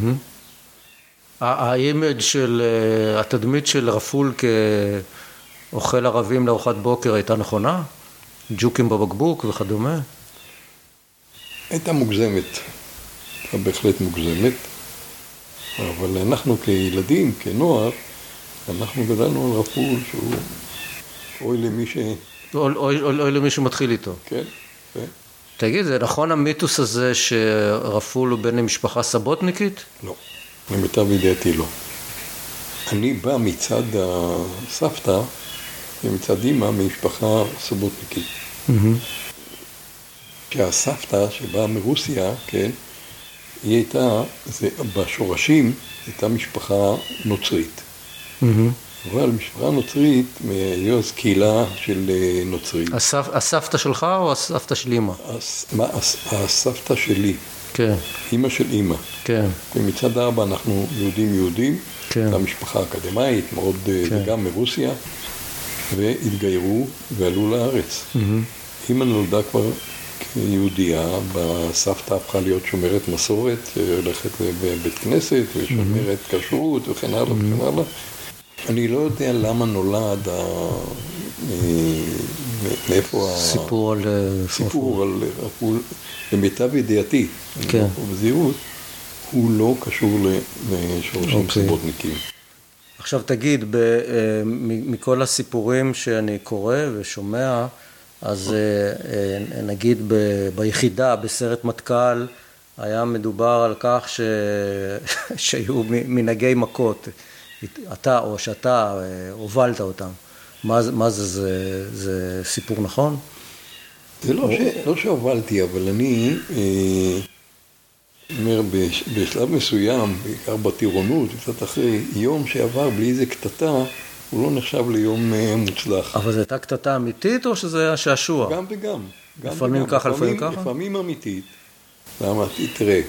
האימג' של, התדמית של רפול כאוכל ערבים לארוחת בוקר הייתה נכונה? ג'וקים בבקבוק וכדומה? הייתה מוגזמת. בהחלט מוגזמת, אבל אנחנו כילדים, כנוער, אנחנו גדלנו על רפול שהוא אוי למי אוי למי שמתחיל איתו. כן, כן. תגיד, זה נכון המיתוס הזה שרפול הוא בן למשפחה סבוטניקית? לא, למיטב ידיעתי לא. אני בא מצד הסבתא ומצד אמא ממשפחה סבוטניקית. שהסבתא שבאה מרוסיה, כן, היא הייתה, בשורשים, הייתה משפחה נוצרית. אבל משפחה נוצרית, היו אז קהילה של נוצרים. הסבתא שלך או הסבתא של אמא? הסבתא שלי. כן. אמא של אמא. כן. ומצד אבא אנחנו יהודים, כן. המשפחה האקדמית, מאוד, וגם מרוסיה, והתגיירו ועלו לארץ. אמא נולדה כבר כיהודייה, בסבתא הפכה להיות שומרת מסורת, הולכת לבית כנסת ושומרת כשרות וכן הלאה וכן הלאה. אני לא יודע למה נולד, מאיפה סיפור על רפול, למיטב ידיעתי, בזהירות, הוא לא קשור לשורשים סבוטניקים. עכשיו תגיד, מכל הסיפורים שאני קורא ושומע, אז נגיד ביחידה, בסיירת מטכ"ל, היה מדובר על כך שהיו מנהגי מכות, אתה או שאתה הובלת אותם. מה זה? זה סיפור נכון? זה לא שהובלתי, אבל אני אומר, בשלב מסוים, בעיקר בטירונות, קצת אחרי, יום שעבר בלי איזה קטטה, הוא לא נחשב ליום מוצלח. אבל זו הייתה קטטה אמיתית או שזה היה שעשוע? גם וגם. לפעמים ככה, לפעמים ככה? לפעמים אמיתית. למה? תראה,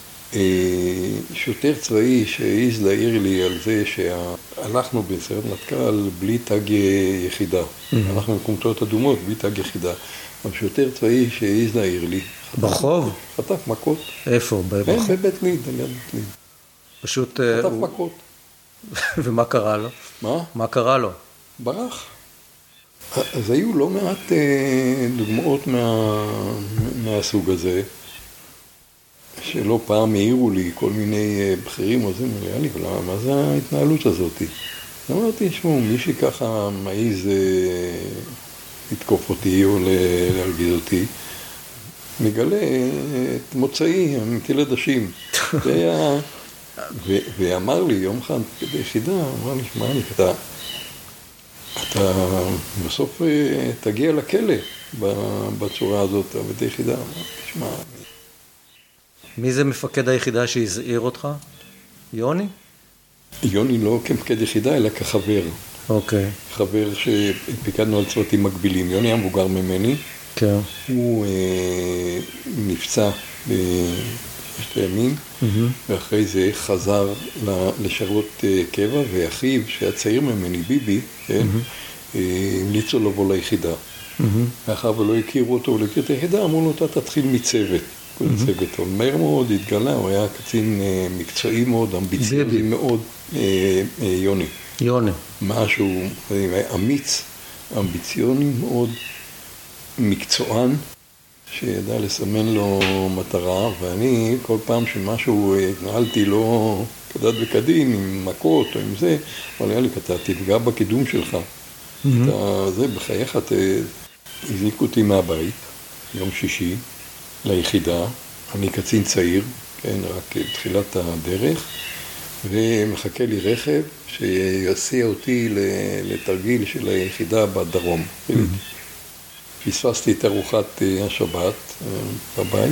שוטר צבאי שהעיז להעיר לי על זה שהלכנו בסיירת מטכ"ל בלי תג יחידה. אנחנו במקומות אדומות בלי תג יחידה. אבל שוטר צבאי שהעיז להעיר לי. ברחוב? חטף מכות. איפה? ברחוב? בבית ליד, על יד בית ליד. פשוט... חטף מכות. ומה קרה לו? מה? מה קרה לו? ברח. אז היו לא מעט דוגמאות מהסוג הזה, שלא פעם העירו לי כל מיני בכירים, אז הם אמרו לי, מה זה ההתנהלות הזאת? אמרתי, שמעו, מי שככה מעיז לתקוף אותי או להרגיז אותי, מגלה את מוצאי, מטיל עדשים. זה היה... ואמר לי יום אחד, כדי שידע, אמר לי, שמע, אתה בסוף תגיע לכלא בצורה הזאת, אבל יחידה, אמר, תשמע... מי זה מפקד היחידה שהזהיר אותך? יוני? יוני לא כמפקד יחידה, אלא כחבר. אוקיי. חבר שפיקדנו על צוותים מקבילים. יוני היה מבוגר ממני. כן. הוא נפצע בשתי ימים, ואחרי זה חזר לשרות קבע, ואחיו, שהיה צעיר ממני, ביבי, המליצו לבוא ליחידה. מאחר ולא הכירו אותו, הוא הכיר את היחידה, אמרו לו, אתה תתחיל מצוות. צוות. מהר מאוד התגלה, הוא היה קצין מקצועי מאוד, אמביציוני מאוד, יוני. יוני. משהו, אמיץ, אמביציוני מאוד, מקצוען, שידע לסמן לו מטרה, ואני כל פעם שמשהו התנהלתי לו כדת וכדין, עם מכות או עם זה, אבל היה לי, אתה תפגע בקידום שלך. אתה, זה, בחייך, הזעיקו אותי מהבית, יום שישי, ליחידה, אני קצין צעיר, כן, רק תחילת הדרך, ומחכה לי רכב שיסיע אותי לתרגיל של היחידה בדרום. פספסתי את ארוחת השבת בבית,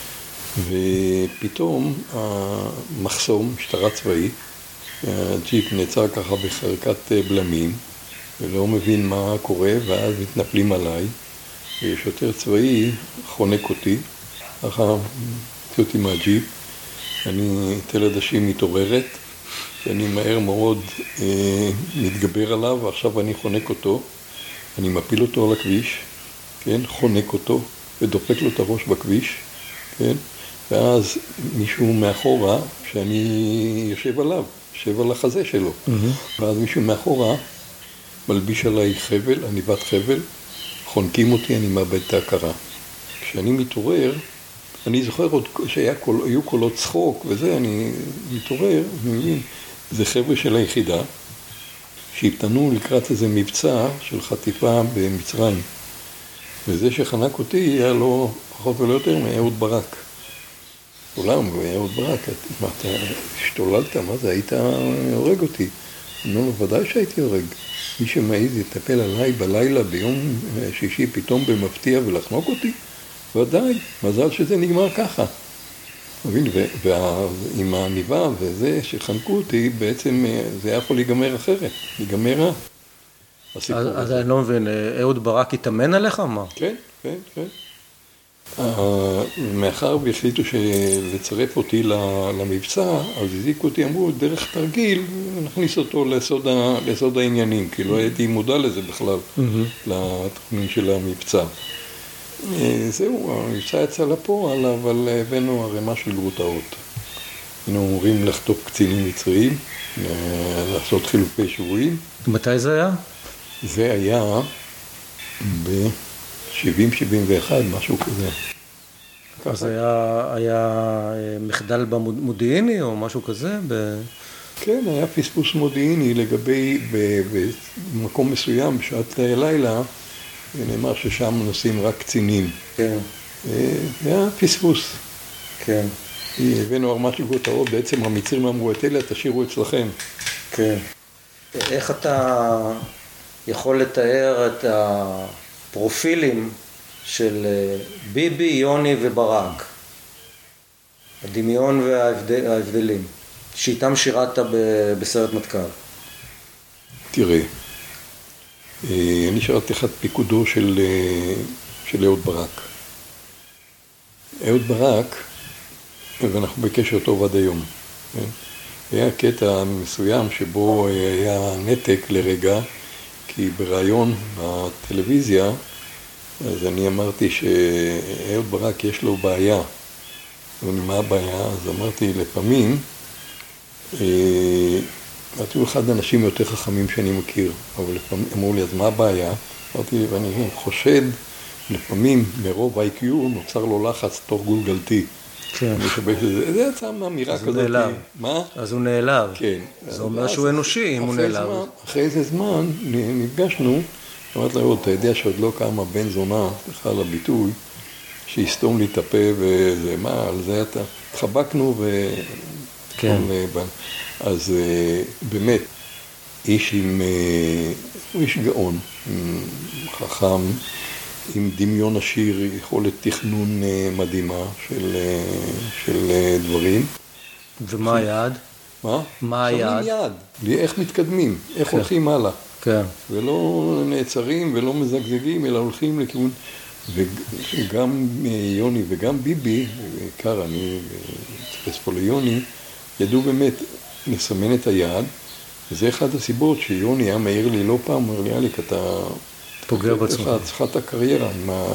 ופתאום המחסום, משטרה צבאית, הג'יפ נעצר ככה בחרקת בלמים, ולא מבין מה קורה, ואז מתנפלים עליי, ושוטר צבאי חונק אותי, ככה הוציא אותי מהג'יפ, אני תל עדשים מתעוררת, ואני מהר מאוד מתגבר עליו, ועכשיו אני חונק אותו, אני מפיל אותו על הכביש, כן, חונק אותו, ודופק לו את הראש בכביש, כן, ואז מישהו מאחורה, שאני יושב עליו, יושב על החזה שלו, ואז מישהו מאחורה מלביש עליי חבל, עניבת חבל, חונקים אותי, אני מאבד את ההכרה. כשאני מתעורר, אני זוכר עוד שהיו קולות צחוק וזה, אני מתעורר, אני מבין, זה חבר'ה של היחידה, שהתנו לקראת איזה מבצע של חטיפה במצרים. וזה שחנק אותי היה לא פחות ולא יותר מאהוד ברק. אולם, אהוד ברק, מה, אתה השתוללת? מה זה? היית הורג אותי. אני אומר לו, ודאי שהייתי הורג. מי שמעיז יטפל עליי בלילה ביום שישי פתאום במפתיע ולחנוק אותי? ודאי, מזל שזה נגמר ככה. מבין, ועם העניבה וזה שחנקו אותי, בעצם זה היה יכול להיגמר אחרת, להיגמר רע. אז אני לא מבין, אהוד ברק התאמן עליך? מה? כן, כן, כן. מאחר והחליטו לצרף אותי למבצע, אז הזיקו אותי, אמרו, דרך תרגיל, נכניס אותו לסוד העניינים, כי לא הייתי מודע לזה בכלל, לתכנון של המבצע. זהו, המבצע יצא לפועל, אבל הבאנו הרמה של גרוטאות. היינו אמורים לחטוף קצינים מצריים, לעשות חילופי שבויים. מתי זה היה? זה היה ב-70-71, משהו כזה. אז היה מחדל במודיעיני או משהו כזה? כן, היה פספוס מודיעיני לגבי, במקום מסוים, בשעת לילה, ונאמר ששם נוסעים רק קצינים. כן. היה פספוס. כן. הבאנו הרמה של גרוטאות, בעצם המצרים אמרו את אלה, תשאירו אצלכם. כן. איך אתה יכול לתאר את הפרופילים של ביבי, יוני וברק? הדמיון וההבדלים, שאיתם שירת בסרט מטכ"ל. תראה, אני שירתי תחת פיקודו של אהוד ברק. אהוד ברק, ואנחנו בקשר טוב עד היום. היה קטע מסוים שבו היה נתק לרגע, כי ברעיון בטלוויזיה, אז אני אמרתי שאהוד ברק יש לו בעיה. ומה הבעיה? אז אמרתי לפעמים, אמרתי אחד האנשים יותר חכמים שאני מכיר, אבל לפעמים אמרו לי, אז מה הבעיה? אמרתי, ואני חושד, לפעמים מרוב IQ נוצר לו לחץ תוך גולגלתי. כן. זה יצא מאמירה כזאת. נעלב. מה? אז הוא נעלב. כן. זה אומר שהוא אנושי אם הוא נעלב. אחרי איזה זמן נפגשנו, אמרתי לו, אתה יודע שעוד לא קמה בן זונה, סליחה על הביטוי, שיסתום לי את הפה וזה, מה, על זה אתה... התחבקנו כן. אז באמת, איש הוא איש גאון, חכם, עם דמיון עשיר, יכולת תכנון מדהימה של דברים. ומה היעד? מה היעד? שמים יעד, איך מתקדמים, איך הולכים הלאה. כן. ולא נעצרים ולא מזגזגים, אלא הולכים לכיוון... וגם יוני וגם ביבי, בעיקר אני אתפס פה ליוני, ידעו באמת לסמן את היעד, וזה אחד הסיבות שיוני היה מעיר לי לא פעם, הוא אומר לי, אליק, אתה פוגע בעצמך. צריכה את הקריירה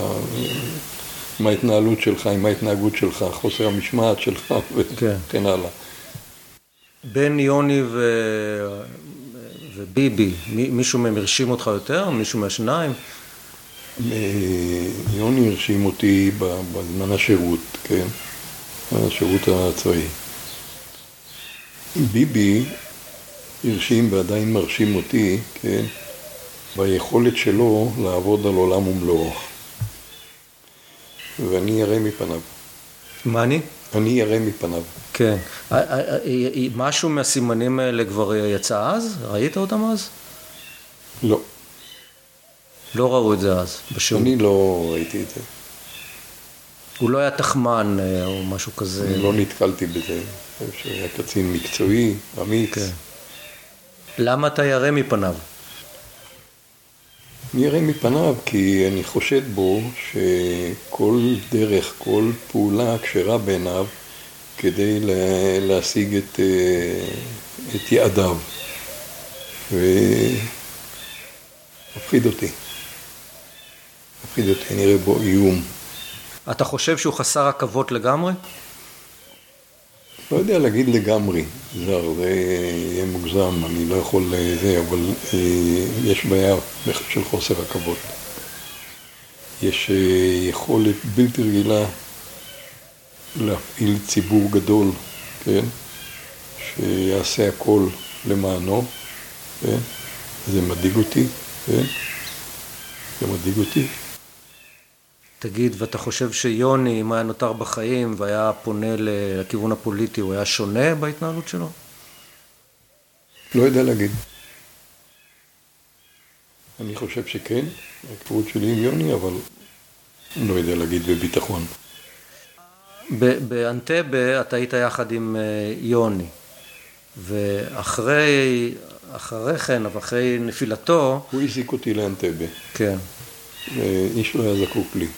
עם ההתנהלות שלך, עם ההתנהגות שלך, חוסר המשמעת שלך וכן הלאה. בין יוני וביבי, מישהו מהם הרשים אותך יותר? מישהו מהשניים? יוני הרשים אותי בזמן השירות, כן? השירות הצבאי. ביבי הרשים ועדיין מרשים אותי, כן? ביכולת שלו לעבוד על עולם ומלואו. ואני ירא מפניו. מה אני? אני ירא מפניו. כן. משהו מהסימנים האלה כבר יצא אז? ראית אותם אז? לא. לא ראו את זה אז, בשירות. אני לא ראיתי את זה. הוא לא היה תחמן או משהו כזה. אני לא נתקלתי בזה. שהיה קצין מקצועי, אמיץ. כן. למה אתה ירא מפניו? אני ירא מפניו כי אני חושד בו שכל דרך, כל פעולה כשרה בעיניו כדי להשיג את יעדיו. מפחיד אותי. אני רואה בו איום. אתה חושב שהוא חסר עכבות לגמרי? לא יודע להגיד לגמרי, זה יהיה מוגזם, אני לא יכול זה, אבל יש בעיה של חוסר עכבות. יש יכולת בלתי רגילה להפעיל ציבור גדול, כן? שיעשה הכל למענו, כן? זה מדאיג אותי, כן? זה מדאיג אותי. תגיד, ואתה חושב שיוני, אם היה נותר בחיים והיה פונה לכיוון הפוליטי, הוא היה שונה בהתנהלות שלו? לא יודע להגיד. אני חושב שכן, ההיכרות שלי עם יוני, אבל לא יודע להגיד בביטחון. באנטבה אתה היית יחד עם יוני, ואחרי כן, אחרי נפילתו... הוא הזיק אותי לאנטבה. כן. איש לא היה זקוק לי.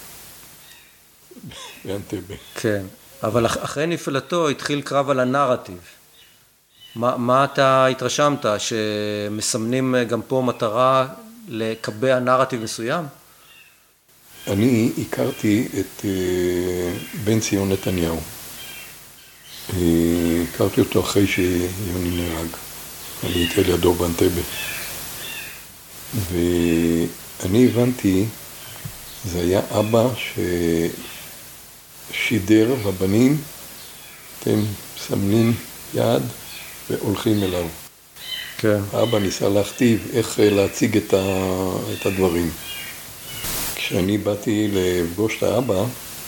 באנטבה. כן, אבל אחרי נפילתו התחיל קרב על הנרטיב. מה אתה התרשמת? שמסמנים גם פה מטרה לקבע נרטיב מסוים? אני הכרתי את בן ציון נתניהו. הכרתי אותו אחרי שיוני נהרג. אני הייתי על ידו באנטבה. ואני הבנתי, זה היה אבא ששידר לבנים, אתם מסמנים יד והולכים אליו. כן. האבא ניסה להכתיב איך להציג את הדברים. כשאני באתי לפגוש את האבא,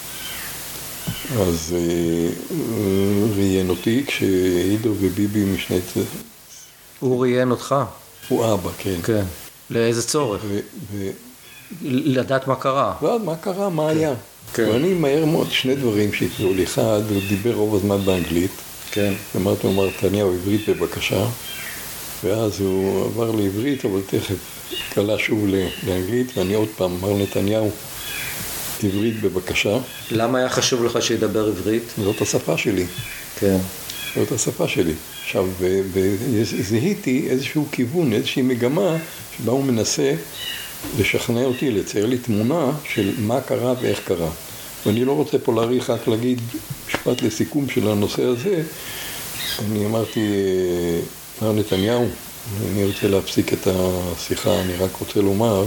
אז ראיין אותי כשעידו וביבי משני... הוא ראיין אותך? הוא אבא, כן. כן. לאיזה צורך? לדעת מה קרה. מה קרה, מה היה. כן. ואני מהר מאוד שני דברים שהתראו לי. אחד, הוא דיבר רוב הזמן באנגלית. כן. אמרתי לו, נתניהו, עברית בבקשה. ואז הוא עבר לעברית, אבל תכף קלה שוב לאנגלית, ואני עוד פעם אמר נתניהו, עברית בבקשה. למה היה חשוב לך שידבר עברית? זאת השפה שלי. כן. זאת השפה שלי. עכשיו, זיהיתי איזשהו כיוון, איזושהי מגמה, שבה הוא מנסה לשכנע אותי, לצייר לי תמונה של מה קרה ואיך קרה. ואני לא רוצה פה להאריך, רק להגיד משפט לסיכום של הנושא הזה. אני אמרתי, מר נתניהו, אני רוצה להפסיק את השיחה, אני רק רוצה לומר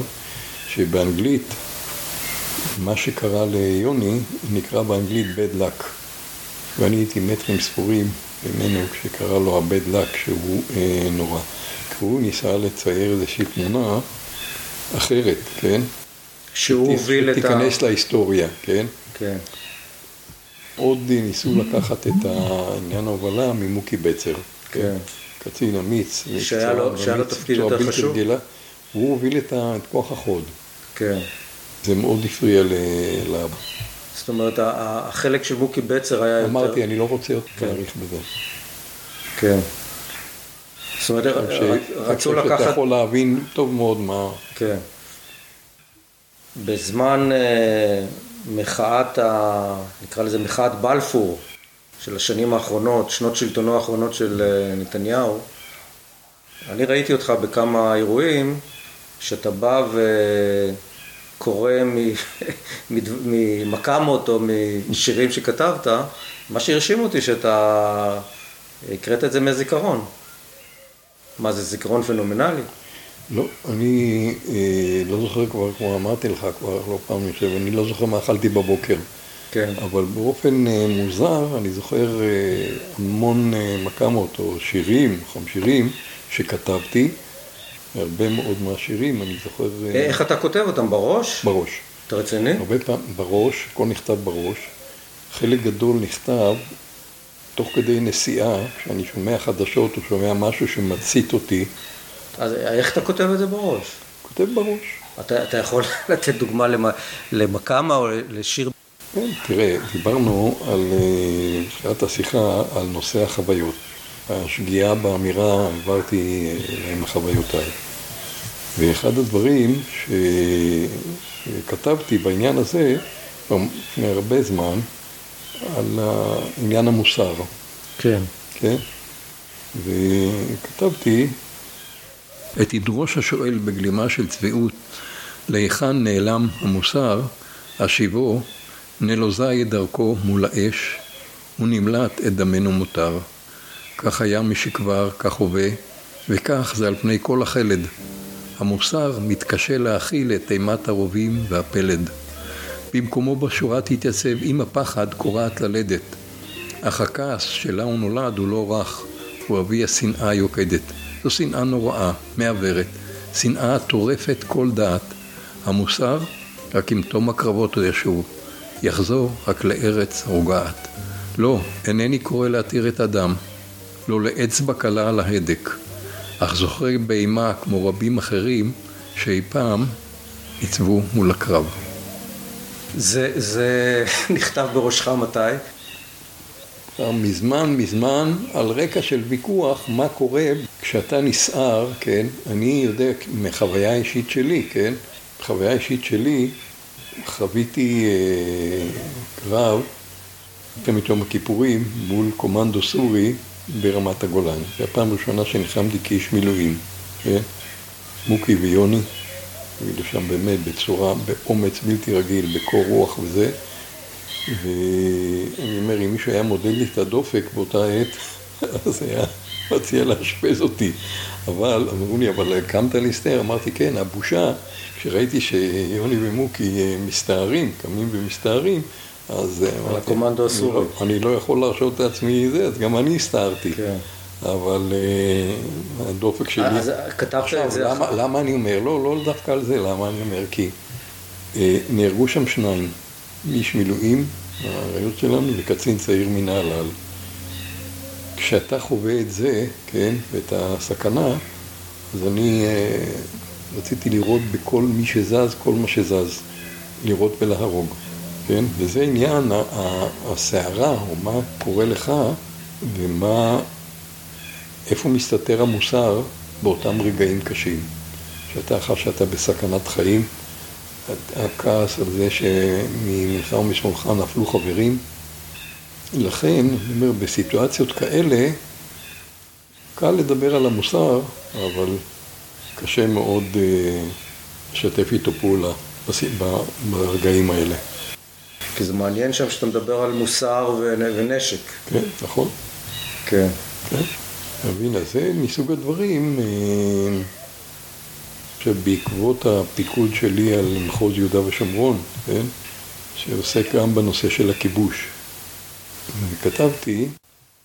שבאנגלית, מה שקרה ליוני נקרא באנגלית bad luck. ואני הייתי מטרים ספורים ממנו כשקרא לו הבד לק, שהוא נורא. כי הוא ניסה לצייר איזושהי תמונה אחרת, כן? שהוא הוביל את תיכנס להיסטוריה, כן? כן. עוד ניסו לקחת את העניין ההובלה ממוקי בצר. כן. קצין אמיץ. שהיה לו תפקיד יותר חשוב. הוא הוביל את כוח החוד. כן. זה מאוד הפריע לאבא. זאת אומרת, החלק של מוקי בצר היה יותר... אמרתי, אני לא רוצה להאריך בזה. כן. זאת אומרת, רצו לקחת... שאתה יכול להבין טוב מאוד מה... כן. בזמן מחאת, נקרא לזה מחאת בלפור, של השנים האחרונות, שנות שלטונו האחרונות של נתניהו, אני ראיתי אותך בכמה אירועים, שאתה בא וקורא ממקמות או משירים שכתבת, מה שהרשים אותי שאתה הקראת את זה מהזיכרון. מה זה, זיכרון פנומנלי? לא, אני לא זוכר כבר, כמו אמרתי לך כבר לא פעם, אני לא זוכר מה אכלתי בבוקר. כן. אבל באופן מוזר, אני זוכר המון מקמות או שירים, חמשירים, שכתבתי, הרבה מאוד מהשירים, אני זוכר... איך אתה כותב אותם? בראש? בראש. אתה רציני? הרבה פעמים בראש, הכל נכתב בראש. חלק גדול נכתב תוך כדי נסיעה, כשאני שומע חדשות או שומע משהו שמצית אותי. אז איך אתה כותב את זה בראש? כותב בראש. אתה יכול לתת דוגמה למקמה או לשיר? כן, תראה, דיברנו על תחילת השיחה על נושא החוויות. השגיאה באמירה עברתי עם החוויותיי. ואחד הדברים שכתבתי בעניין הזה, לפני הרבה זמן, על עניין המוסר. כן. כן? וכתבתי, את ידרוש השואל בגלימה של צביעות, להיכן נעלם המוסר, השיבו, נלוזה את דרכו מול האש, ונמלט את דמנו מותר. כך היה משכבר, כך הווה, וכך זה על פני כל החלד. המוסר מתקשה להכיל את אימת הרובים והפלד. במקומו בשורה תתייצב עם הפחד קורעת ללדת. אך הכעס שלה הוא נולד הוא לא רך, הוא אבי השנאה היוקדת. זו שנאה נוראה, מעוורת, שנאה טורפת כל דעת. המוסר רק עם תום הקרבות הוא ישוב, יחזור רק לארץ רוגעת. לא, אינני קורא להתיר את אדם, לא לאצבע קלה על ההדק, אך זוכר באימה כמו רבים אחרים שאי פעם עיצבו מול הקרב. זה נכתב בראשך מתי? מזמן, על רקע של ויכוח, מה קורה כשאתה נסער, כן? אני יודע מחוויה אישית שלי, כן? בחוויה אישית שלי חוויתי קרב במלחמת יום הכיפורים מול קומנדו סורי ברמת הגולן. זו הפעם הראשונה שנלחמתי כאיש מילואים, כן? מוקי ויוני, והיו שם באמת בצורה, באומץ בלתי רגיל, בקור רוח וזה. ואני אומר, אם מישהו היה מודד לי את הדופק באותה עת, אז היה מציע להשפז אותי. אבל, אמרו לי, אבל קמת להסתער? אמרתי, כן, הבושה, כשראיתי שיוני ומוקי מסתערים, קמים ומסתערים, אז על הקומנדו הסורי. אני לא יכול להרשות את עצמי זה, אז גם אני הסתערתי. כן. אבל הדופק שלי... אז כתבת את זה... למה אני אומר? לא דווקא על זה, למה אני אומר? כי נהרגו שם שניים, איש מילואים, הרעיות שלנו, וקצין צעיר מנהלל. כשאתה חווה את זה, כן, ואת הסכנה, אז אני רציתי לראות בכל מי שזז, כל מה שזז, לראות ולהרוג, כן? וזה עניין הסערה, או מה קורה לך, איפה מסתתר המוסר באותם רגעים קשים. שאתה אחר שאתה בסכנת חיים, הכעס על זה שממך ומשמאלך נפלו חברים. לכן, אני אומר, בסיטואציות כאלה, קל לדבר על המוסר, אבל קשה מאוד לשתף איתו פעולה ברגעים האלה. כי זה מעניין שם שאתה מדבר על מוסר ונשק. כן, נכון. כן. כן. מבין, אז זה מסוג הדברים שבעקבות הפיקוד שלי על מחוז יהודה ושומרון, כן? שעוסק גם בנושא של הכיבוש. וכתבתי,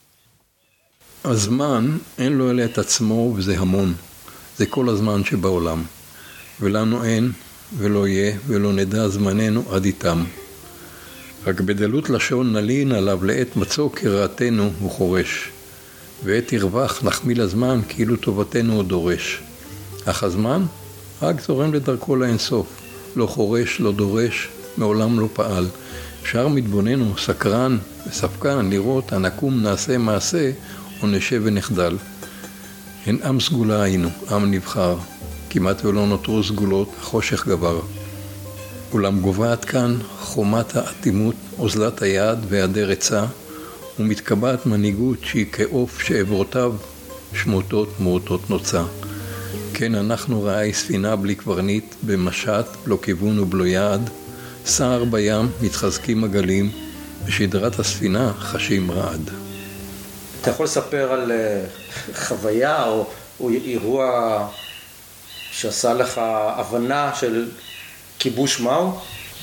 הזמן אין לו אלא את עצמו וזה המון. זה כל הזמן שבעולם. ולנו אין ולא יהיה ולא נדע זמננו עד איתם. רק בדלות לשון נלין עליו לעת מצוא כרעתנו הוא חורש. ועת ירווח נחמיא לזמן כאילו טובתנו הוא דורש. אך הזמן רק זורם לדרכו לאינסוף. לא חורש, לא דורש, מעולם לא פעל. שער מתבוננו, סקרן וספקן לראות הנקום נעשה מעשה או נשב ונחדל. אין עם סגולה היינו, עם נבחר. כמעט ולא נותרו סגולות, חושך גבר. אולם גובעת כאן חומת האטימות, אוזלת היד והיעדר עצה, ומתקבעת מנהיגות שהיא כעוף שעברותיו שמוטות מורטות נוצה. כן, אנחנו רעי ספינה בלי קברניט, במשט, בלא כיוון ובלא יעד, סער בים, מתחזקים הגלים, בשדרת הספינה חשים רעד. אתה יכול לספר על חוויה או אירוע שעשה לך הבנה של כיבוש מהו?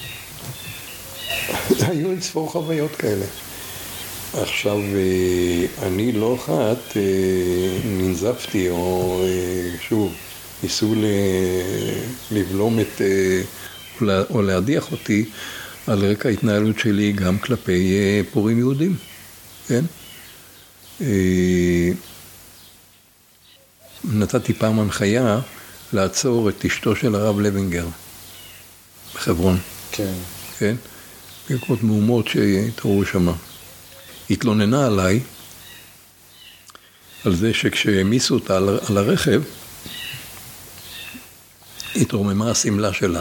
היו אין ספור חוויות כאלה. עכשיו, אני לא אחת ננזפתי, או שוב, ניסו לבלום או להדיח אותי על רקע ההתנהלות שלי גם כלפי פורעים יהודים, כן? נתתי פעם הנחיה לעצור את אשתו של הרב לוינגר בחברון. כן. כן? בעקבות מהומות שהתעוררו שמה. התלוננה עליי על זה שכשהמיסו אותה על הרכב, התרוממה הסמלה שלה.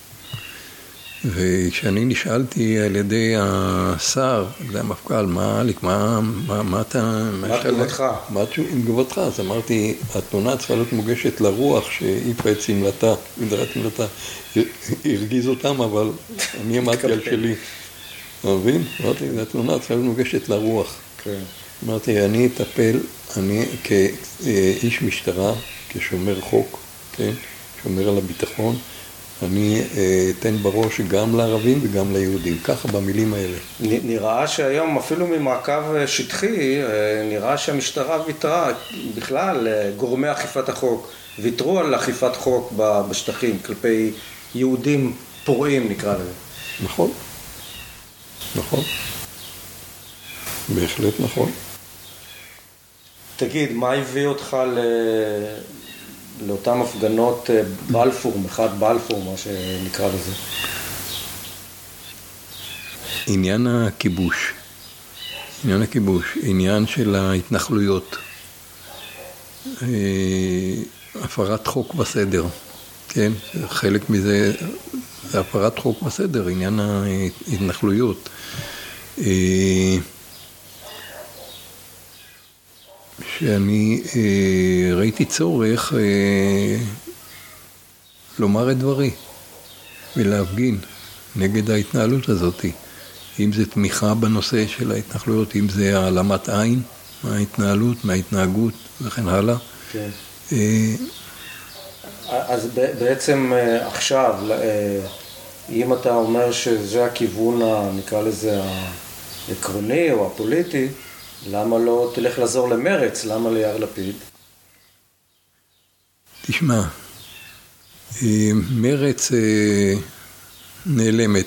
וכשאני נשאלתי על ידי השר, על ידי המפכ"ל, מה אתה... מה תגובתך? מה תגובתך? אז אמרתי, התלונה צריכה להיות מוגשת לרוח שהעיפה את סמלתה, מדרת סמלתה. הרגיז אותם, אבל אני אמרתי על שלי. אתה מבין? אמרתי, התלונה צריכה להיות מוגשת לרוח. אמרתי, אני אטפל, אני כאיש משטרה, כשומר חוק, כן? שומר על הביטחון, אני אתן בראש גם לערבים וגם ליהודים, ככה במילים האלה. נראה שהיום, אפילו ממעקב שטחי, נראה שהמשטרה ויתרה, בכלל, גורמי אכיפת החוק, ויתרו על אכיפת חוק בשטחים, כלפי יהודים פורעים, נקרא לזה. נכון. נכון. בהחלט נכון. תגיד, מה הביא אותך לאותן הפגנות בלפור, מחאת בלפור, מה שנקרא לזה? עניין הכיבוש. עניין הכיבוש, עניין של ההתנחלויות. הפרת חוק וסדר, כן? חלק מזה זה הפרת חוק וסדר, עניין ההתנחלויות. שאני ראיתי צורך לומר את דברי ולהפגין נגד ההתנהלות הזאת. אם זה תמיכה בנושא של ההתנחלויות, אם זה העלמת עין מההתנהלות, מההתנהגות וכן הלאה. כן. אז בעצם עכשיו, אם אתה אומר שזה הכיוון, נקרא לזה העקרוני או הפוליטי, למה לא תלך לעזור למרץ? למה ליאיר לפיד? תשמע, מרץ נעלמת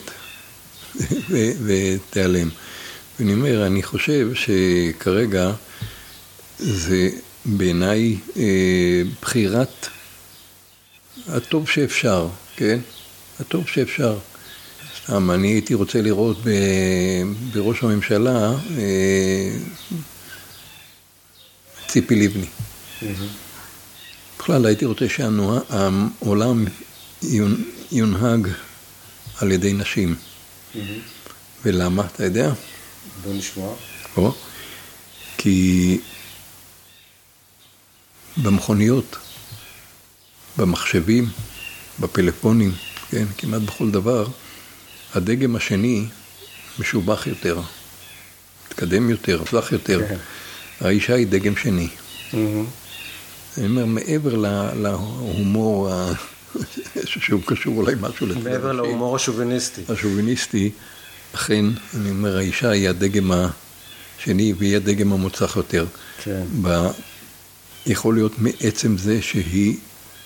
ותיעלם. ואני אומר, אני חושב שכרגע זה בעיניי בחירת הטוב שאפשר, כן? הטוב שאפשר. סתם, אני הייתי רוצה לראות בראש הממשלה ציפי לבני. בכלל, הייתי רוצה שהעולם יונהג על ידי נשים. ולמה? אתה יודע? בוא נשמע. כי במכוניות, במחשבים, בפלאפונים, כן, כמעט בכל דבר, הדגם השני משובח יותר, מתקדם יותר, הצלח יותר. האישה היא דגם שני. אני אומר, מעבר להומור שהוא קשור אולי משהו לדגם מעבר להומור השוביניסטי. השוביניסטי, אכן, אני אומר, האישה היא הדגם שני ויהיה דגם המוצלח יותר. כן. יכול להיות מעצם זה שהיא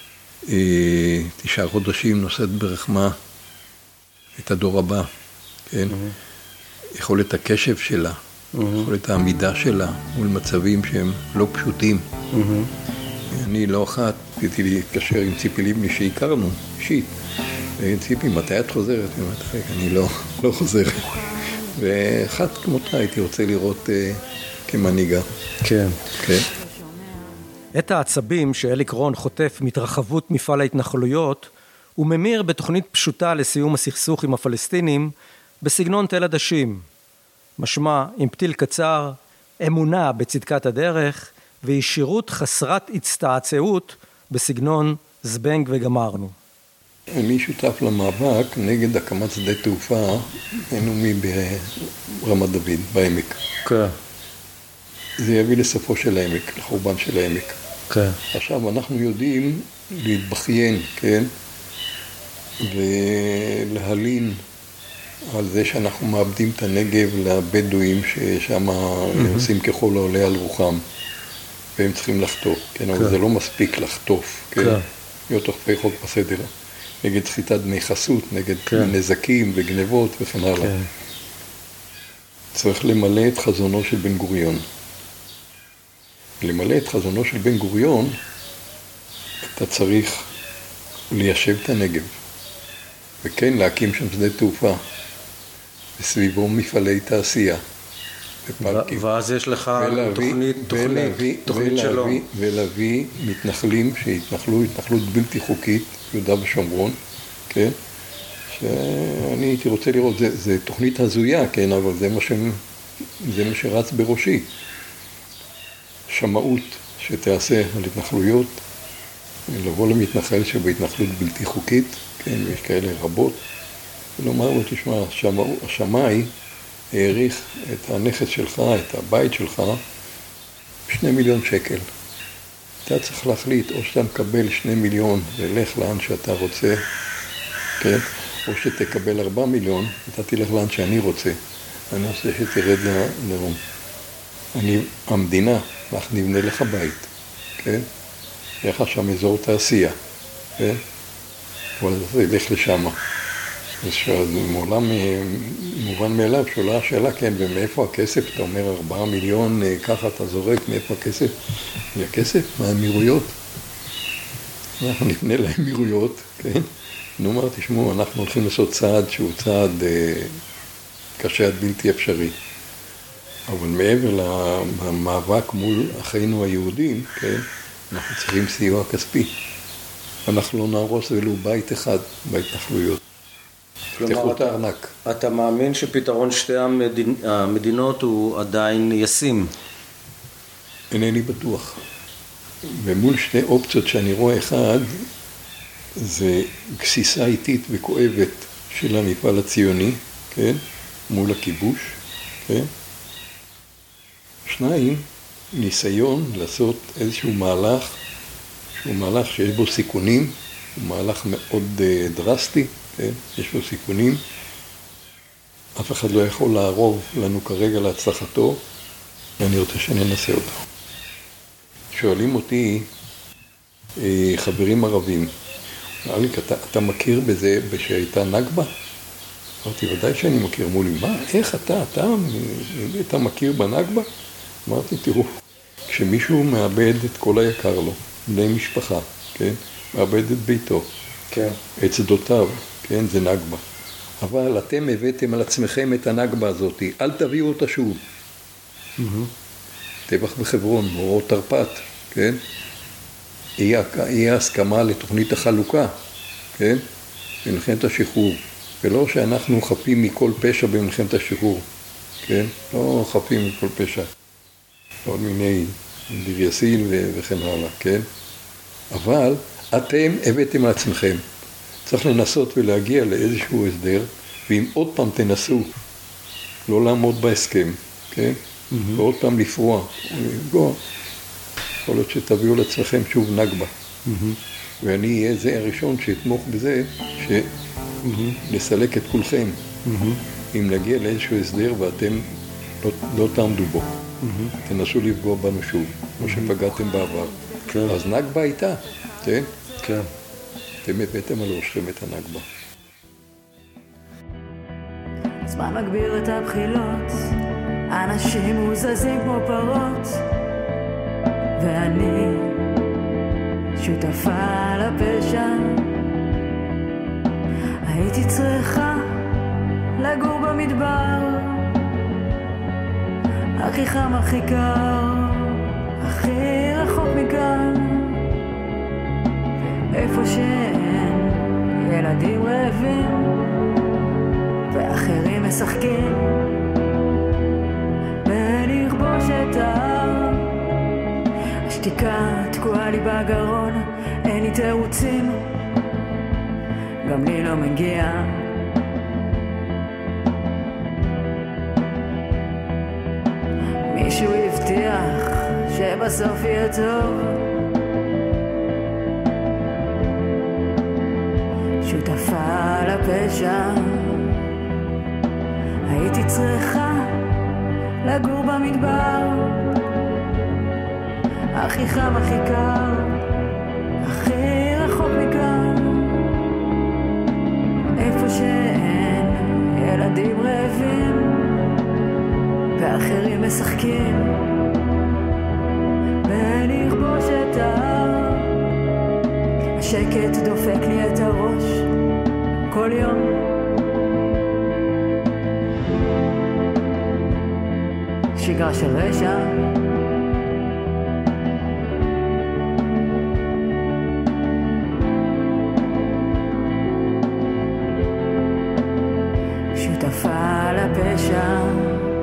9 חודשים נושאת ברחמה את הדור הבא, כן? יכולת הקשב שלה, יכולת העמידה שלה מול מצבים שהם לא פשוטים. אני לא אחת, רציתי להתקשר עם ציפי לבני שהכרנו, אישית. ציפי, מתי את חוזרת? אני לא חוזרת. ואחת כמותה הייתי רוצה לראות כמנהיגה. כן. כן. את העצבים שאליק רון חוטף מתרחבות מפעל ההתנחלויות, הוא ממיר בתוכנית פשוטה לסיום הסכסוך עם הפלסטינים, בסגנון תל עדשים. משמע עם פתיל קצר, אמונה בצדקת הדרך, וישירות חסרת הצטעצעות בסגנון זבנג וגמרנו. אני שותף למאבק נגד הקמת שדה תעופה בינלאומי ברמת דוד, בעמק. כן. זה יביא לסופו של העמק, לחורבן של העמק. כן. עכשיו אנחנו יודעים להתבכיין, כן? ולהלין על זה שאנחנו מאבדים את הנגב לבדואים ששם עושים ככל העולה על רוחם והם צריכים לחטוף, כן? אבל זה לא מספיק לחטוף, כן? להיות אוכפי חוק בסדר, נגד סחיטת דמי חסות, נגד נזקים וגנבות וכן הלאה. צריך למלא את חזונו של בן גוריון. למלא את חזונו של בן גוריון, אתה צריך ליישב את הנגב, וכן להקים שם שדה תעופה, וסביבו מפעלי תעשייה. ואז יש לך תוכנית שלו. ולהביא מתנחלים שהתנחלו, התנחלות בלתי חוקית, יהודה ושומרון, כן? שאני הייתי רוצה לראות, זה תוכנית הזויה, כן? אבל זה מה שרץ בראשי. שמאות שתעשה על התנחלויות, לבוא למתנחל שבהתנחלות בלתי חוקית, כן, ויש כאלה רבות, ולומר לו, תשמע, השמאי העריך את הנכס שלך, את הבית שלך, 2 מיליון שקל. אתה צריך להחליט, או שאתה מקבל 2 מיליון ולך לאן שאתה רוצה, כן? או שתקבל 4 מיליון, אתה תלך לאן שאני רוצה. אני רוצה שתרד לרום. המדינה, אנחנו נבנה לך בית, כן? יש לך שם אזור תעשייה, כן? אבל זה ילך לשם. אז מעולם מובן מאליו שעולה השאלה, כן, ומאיפה הכסף? אתה אומר 4 מיליון, ככה אתה זורק, מאיפה הכסף? זה הכסף מהאמירויות. אנחנו נפנה לאמירויות, כן? נאמר, תשמעו, אנחנו הולכים לעשות צעד שהוא צעד קשה עד בלתי אפשרי. אבל מעבר למאבק מול אחינו היהודים, כן, אנחנו צריכים סיוע כספי. אנחנו לא נהרוס ולו בית אחד בהתנחלויות. כלומר, אתה מאמין שפתרון שתי המדינות הוא עדיין ישים? אינני בטוח. ומול שתי אופציות שאני רואה, אחד, זה גסיסה איטית וכואבת של המפעל הציוני, כן, מול הכיבוש, כן. 2, ניסיון לעשות איזשהו מהלך, שהוא מהלך שיש בו סיכונים, הוא מהלך מאוד דרסטי, כן? יש בו סיכונים, אף אחד לא יכול לערוב לנו כרגע להצלחתו, ואני רוצה שננסה אותו. שואלים אותי חברים ערבים, אליק, אתה מכיר בזה שהייתה נכבה? אמרתי, ודאי שאני מכיר. מולי, מה? איך אתה מכיר בנכבה? אמרתי, תראו, כשמישהו מאבד את כל היקר לו, בני משפחה, כן? מאבד את ביתו, כן. את שדותיו, כן? זה נכבה. אבל אתם הבאתם על עצמכם את הנכבה הזאת, אל תביאו אותה שוב. טבח בחברון, מאורעות תרפ"ט, כן? יהיה הסכמה לתוכנית החלוקה, כן? במלחמת השחרור. ולא שאנחנו חפים מכל פשע במלחמת השחרור, כן? לא חפים מכל פשע. עוד מיני דיר יאסין וכן הלאה, כן? אבל אתם הבאתם על עצמכם. צריך לנסות ולהגיע לאיזשהו הסדר, ואם עוד פעם תנסו לא לעמוד בהסכם, כן? ועוד פעם לפרוע, לפגוע, יכול להיות שתביאו לעצמכם שוב נכבה. ואני אהיה זה הראשון שיתמוך בזה, לסלק את כולכם. אם נגיע לאיזשהו הסדר ואתם לא תעמדו בו. תנסו לפגוע בנו שוב, כמו שפגעתם בעבר. אז נגבה הייתה, כן? כן. אתם הבאתם על ראשכם את הנגבה. זמן מגביר את הבחילות, אנשים מוזזים כמו פרות, ואני שותפה לפשע. הייתי צריכה לגור במדבר, הכי חם, הכי קר, הכי רחוק מכאן, איפה שאין ילדים רעבים ואחרים משחקים, ולכבוש את ההר. השתיקה תקועה לי בגרון, אין לי תירוצים, גם לי לא מגיע. מישהו הבטיח שבסוף יהיה טוב, שותפה לפשע. הייתי צריכה לגור במדבר, הכי חם, הכי קר, הכי רחוק מכאן, איפה שאין ילדים רעבים ואחרים משחקים, ולכבוש את ההר. השקט דופק לי את הראש כל יום, שגרה של רשע. שותפה לפשע.